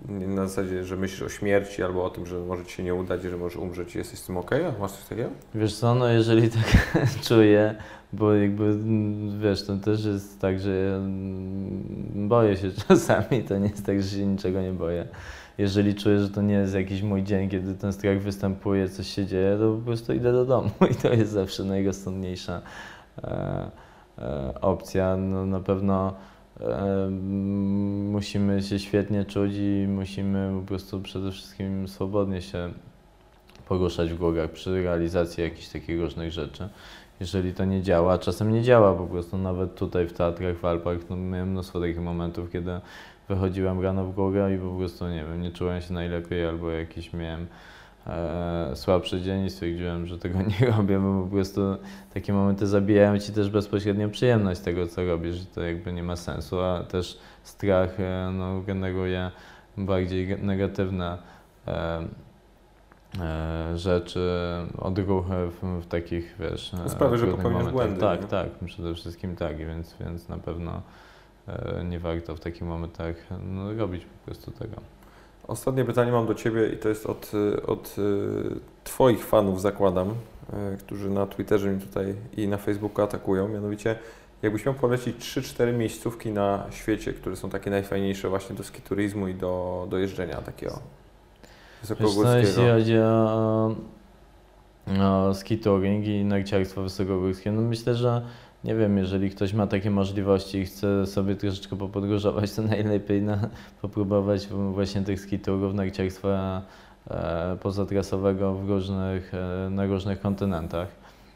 na zasadzie, że myślisz o śmierci albo o tym, że może ci się nie udać, że możesz umrzeć i jesteś z tym okej? Okay? Masz coś takiego? Wiesz co, no jeżeli tak czuję, bo jakby wiesz, to też jest tak, że ja boję się czasami, to nie jest tak, że się niczego nie boję. Jeżeli czuję, że to nie jest jakiś mój dzień, kiedy ten strach występuje, coś się dzieje, to po prostu idę do domu i to jest zawsze najrozsądniejsza e, e, opcja. No, na pewno e, musimy się świetnie czuć i musimy po prostu przede wszystkim swobodnie się poruszać w górach przy realizacji jakichś takich różnych rzeczy. Jeżeli to nie działa, czasem nie działa po prostu, nawet tutaj w Tatrach, w Alpach, no miałem mnóstwo takich momentów, kiedy wychodziłem rano w górę i po prostu, nie wiem, nie czułem się najlepiej albo jakiś miałem e, słabszy dzień i stwierdziłem, że tego nie robię, bo po prostu takie momenty zabijają ci też bezpośrednio przyjemność tego, co robisz i to jakby nie ma sensu, a też strach e, no, generuje bardziej negatywne e, e, rzeczy, odruchy w, w takich, wiesz, sprawia, że trudnych popełniasz błędy. Tak, nie? tak, przede wszystkim tak, więc, więc na pewno nie warto w takich momentach no, robić po prostu tego. Ostatnie pytanie mam do Ciebie i to jest od, od Twoich fanów, zakładam, którzy na Twitterze mnie tutaj i na Facebooku atakują. Mianowicie, jakbyś miał polecić trzy cztery miejscówki na świecie, które są takie najfajniejsze właśnie do skiturizmu i do, do jeżdżenia takiego wysokogórskiego. Wiesz co, jeśli chodzi o, o skitouring i narciarstwo wysokogórskie, no myślę, że nie wiem, jeżeli ktoś ma takie możliwości i chce sobie troszeczkę popodróżować, to najlepiej na, popróbować właśnie tych skiturów, narciarstwa e, pozatrasowego w różnych, e, na różnych kontynentach.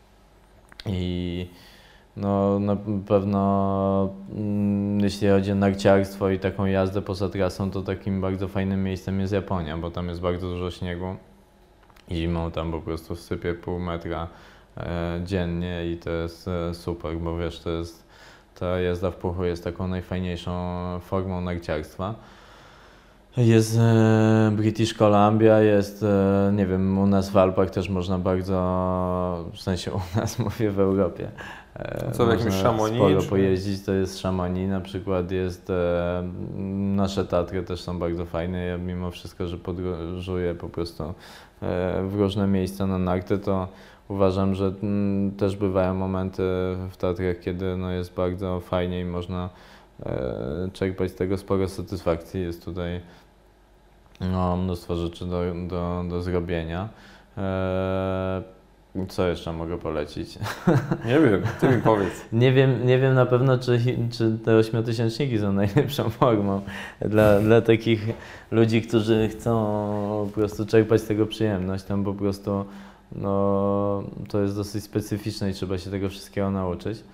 I no, na pewno mm, jeśli chodzi o narciarstwo i taką jazdę poza trasą, to takim bardzo fajnym miejscem jest Japonia, bo tam jest bardzo dużo śniegu. Zimą tam po prostu sypie pół metra dziennie i to jest super, bo wiesz, to jest, ta jazda w puchu jest taką najfajniejszą formą narciarstwa. Jest e, British Columbia, jest, e, nie wiem, u nas w Alpach też można bardzo, w sensie u nas, mówię w Europie, e, co w jakimś Chamonix? Sporo czy... pojeździć, to jest Chamonix na przykład, jest, e, nasze Tatry też są bardzo fajne, ja mimo wszystko, że podróżuję po prostu e, w różne miejsca na narty, to uważam, że m, też bywają momenty w Tatrach, kiedy no, jest bardzo fajnie i można e, czerpać z tego sporo satysfakcji. Jest tutaj no, mnóstwo rzeczy do, do, do zrobienia. E, co jeszcze mogę polecić? Nie wiem, ty mi powiedz. nie wiem, nie wiem na pewno, czy, czy te ośmiotysięczniki są najlepszą formą dla, dla takich ludzi, którzy chcą po prostu czerpać z tego przyjemność. Tam po prostu no, to jest dosyć specyficzne i trzeba się tego wszystkiego nauczyć.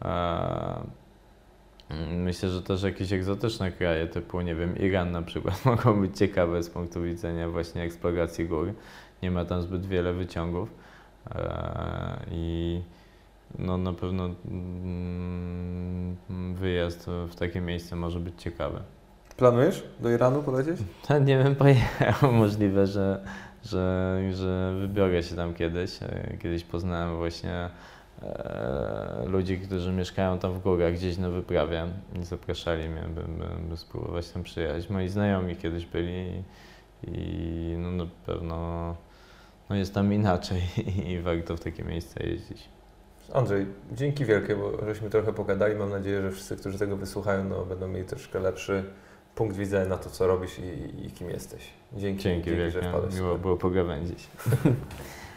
Myślę, że też jakieś egzotyczne kraje typu, nie wiem, Iran na przykład mogą być ciekawe z punktu widzenia właśnie eksploracji gór. Nie ma tam zbyt wiele wyciągów i no, na pewno wyjazd w takie miejsce może być ciekawy. Planujesz do Iranu polecieć? Nie wiem, pojechał. Możliwe, że, że, że wybiorę się tam kiedyś. Kiedyś poznałem właśnie e, ludzi, którzy mieszkają tam w górach, gdzieś na wyprawie i zapraszali mnie, by, by, by spróbować tam przyjechać. Moi znajomi kiedyś byli i no, na pewno no, jest tam inaczej i warto w takie miejsca jeździć. Andrzej, dzięki wielkie, bo żeśmy trochę pogadali. Mam nadzieję, że wszyscy, którzy tego wysłuchają, no, będą mieli troszkę lepszy punkt widzenia na to, co robisz i, i kim jesteś. Dzięki, dzięki, dzięki wielkie. Że wpadłeś. Miło było pogawędzić.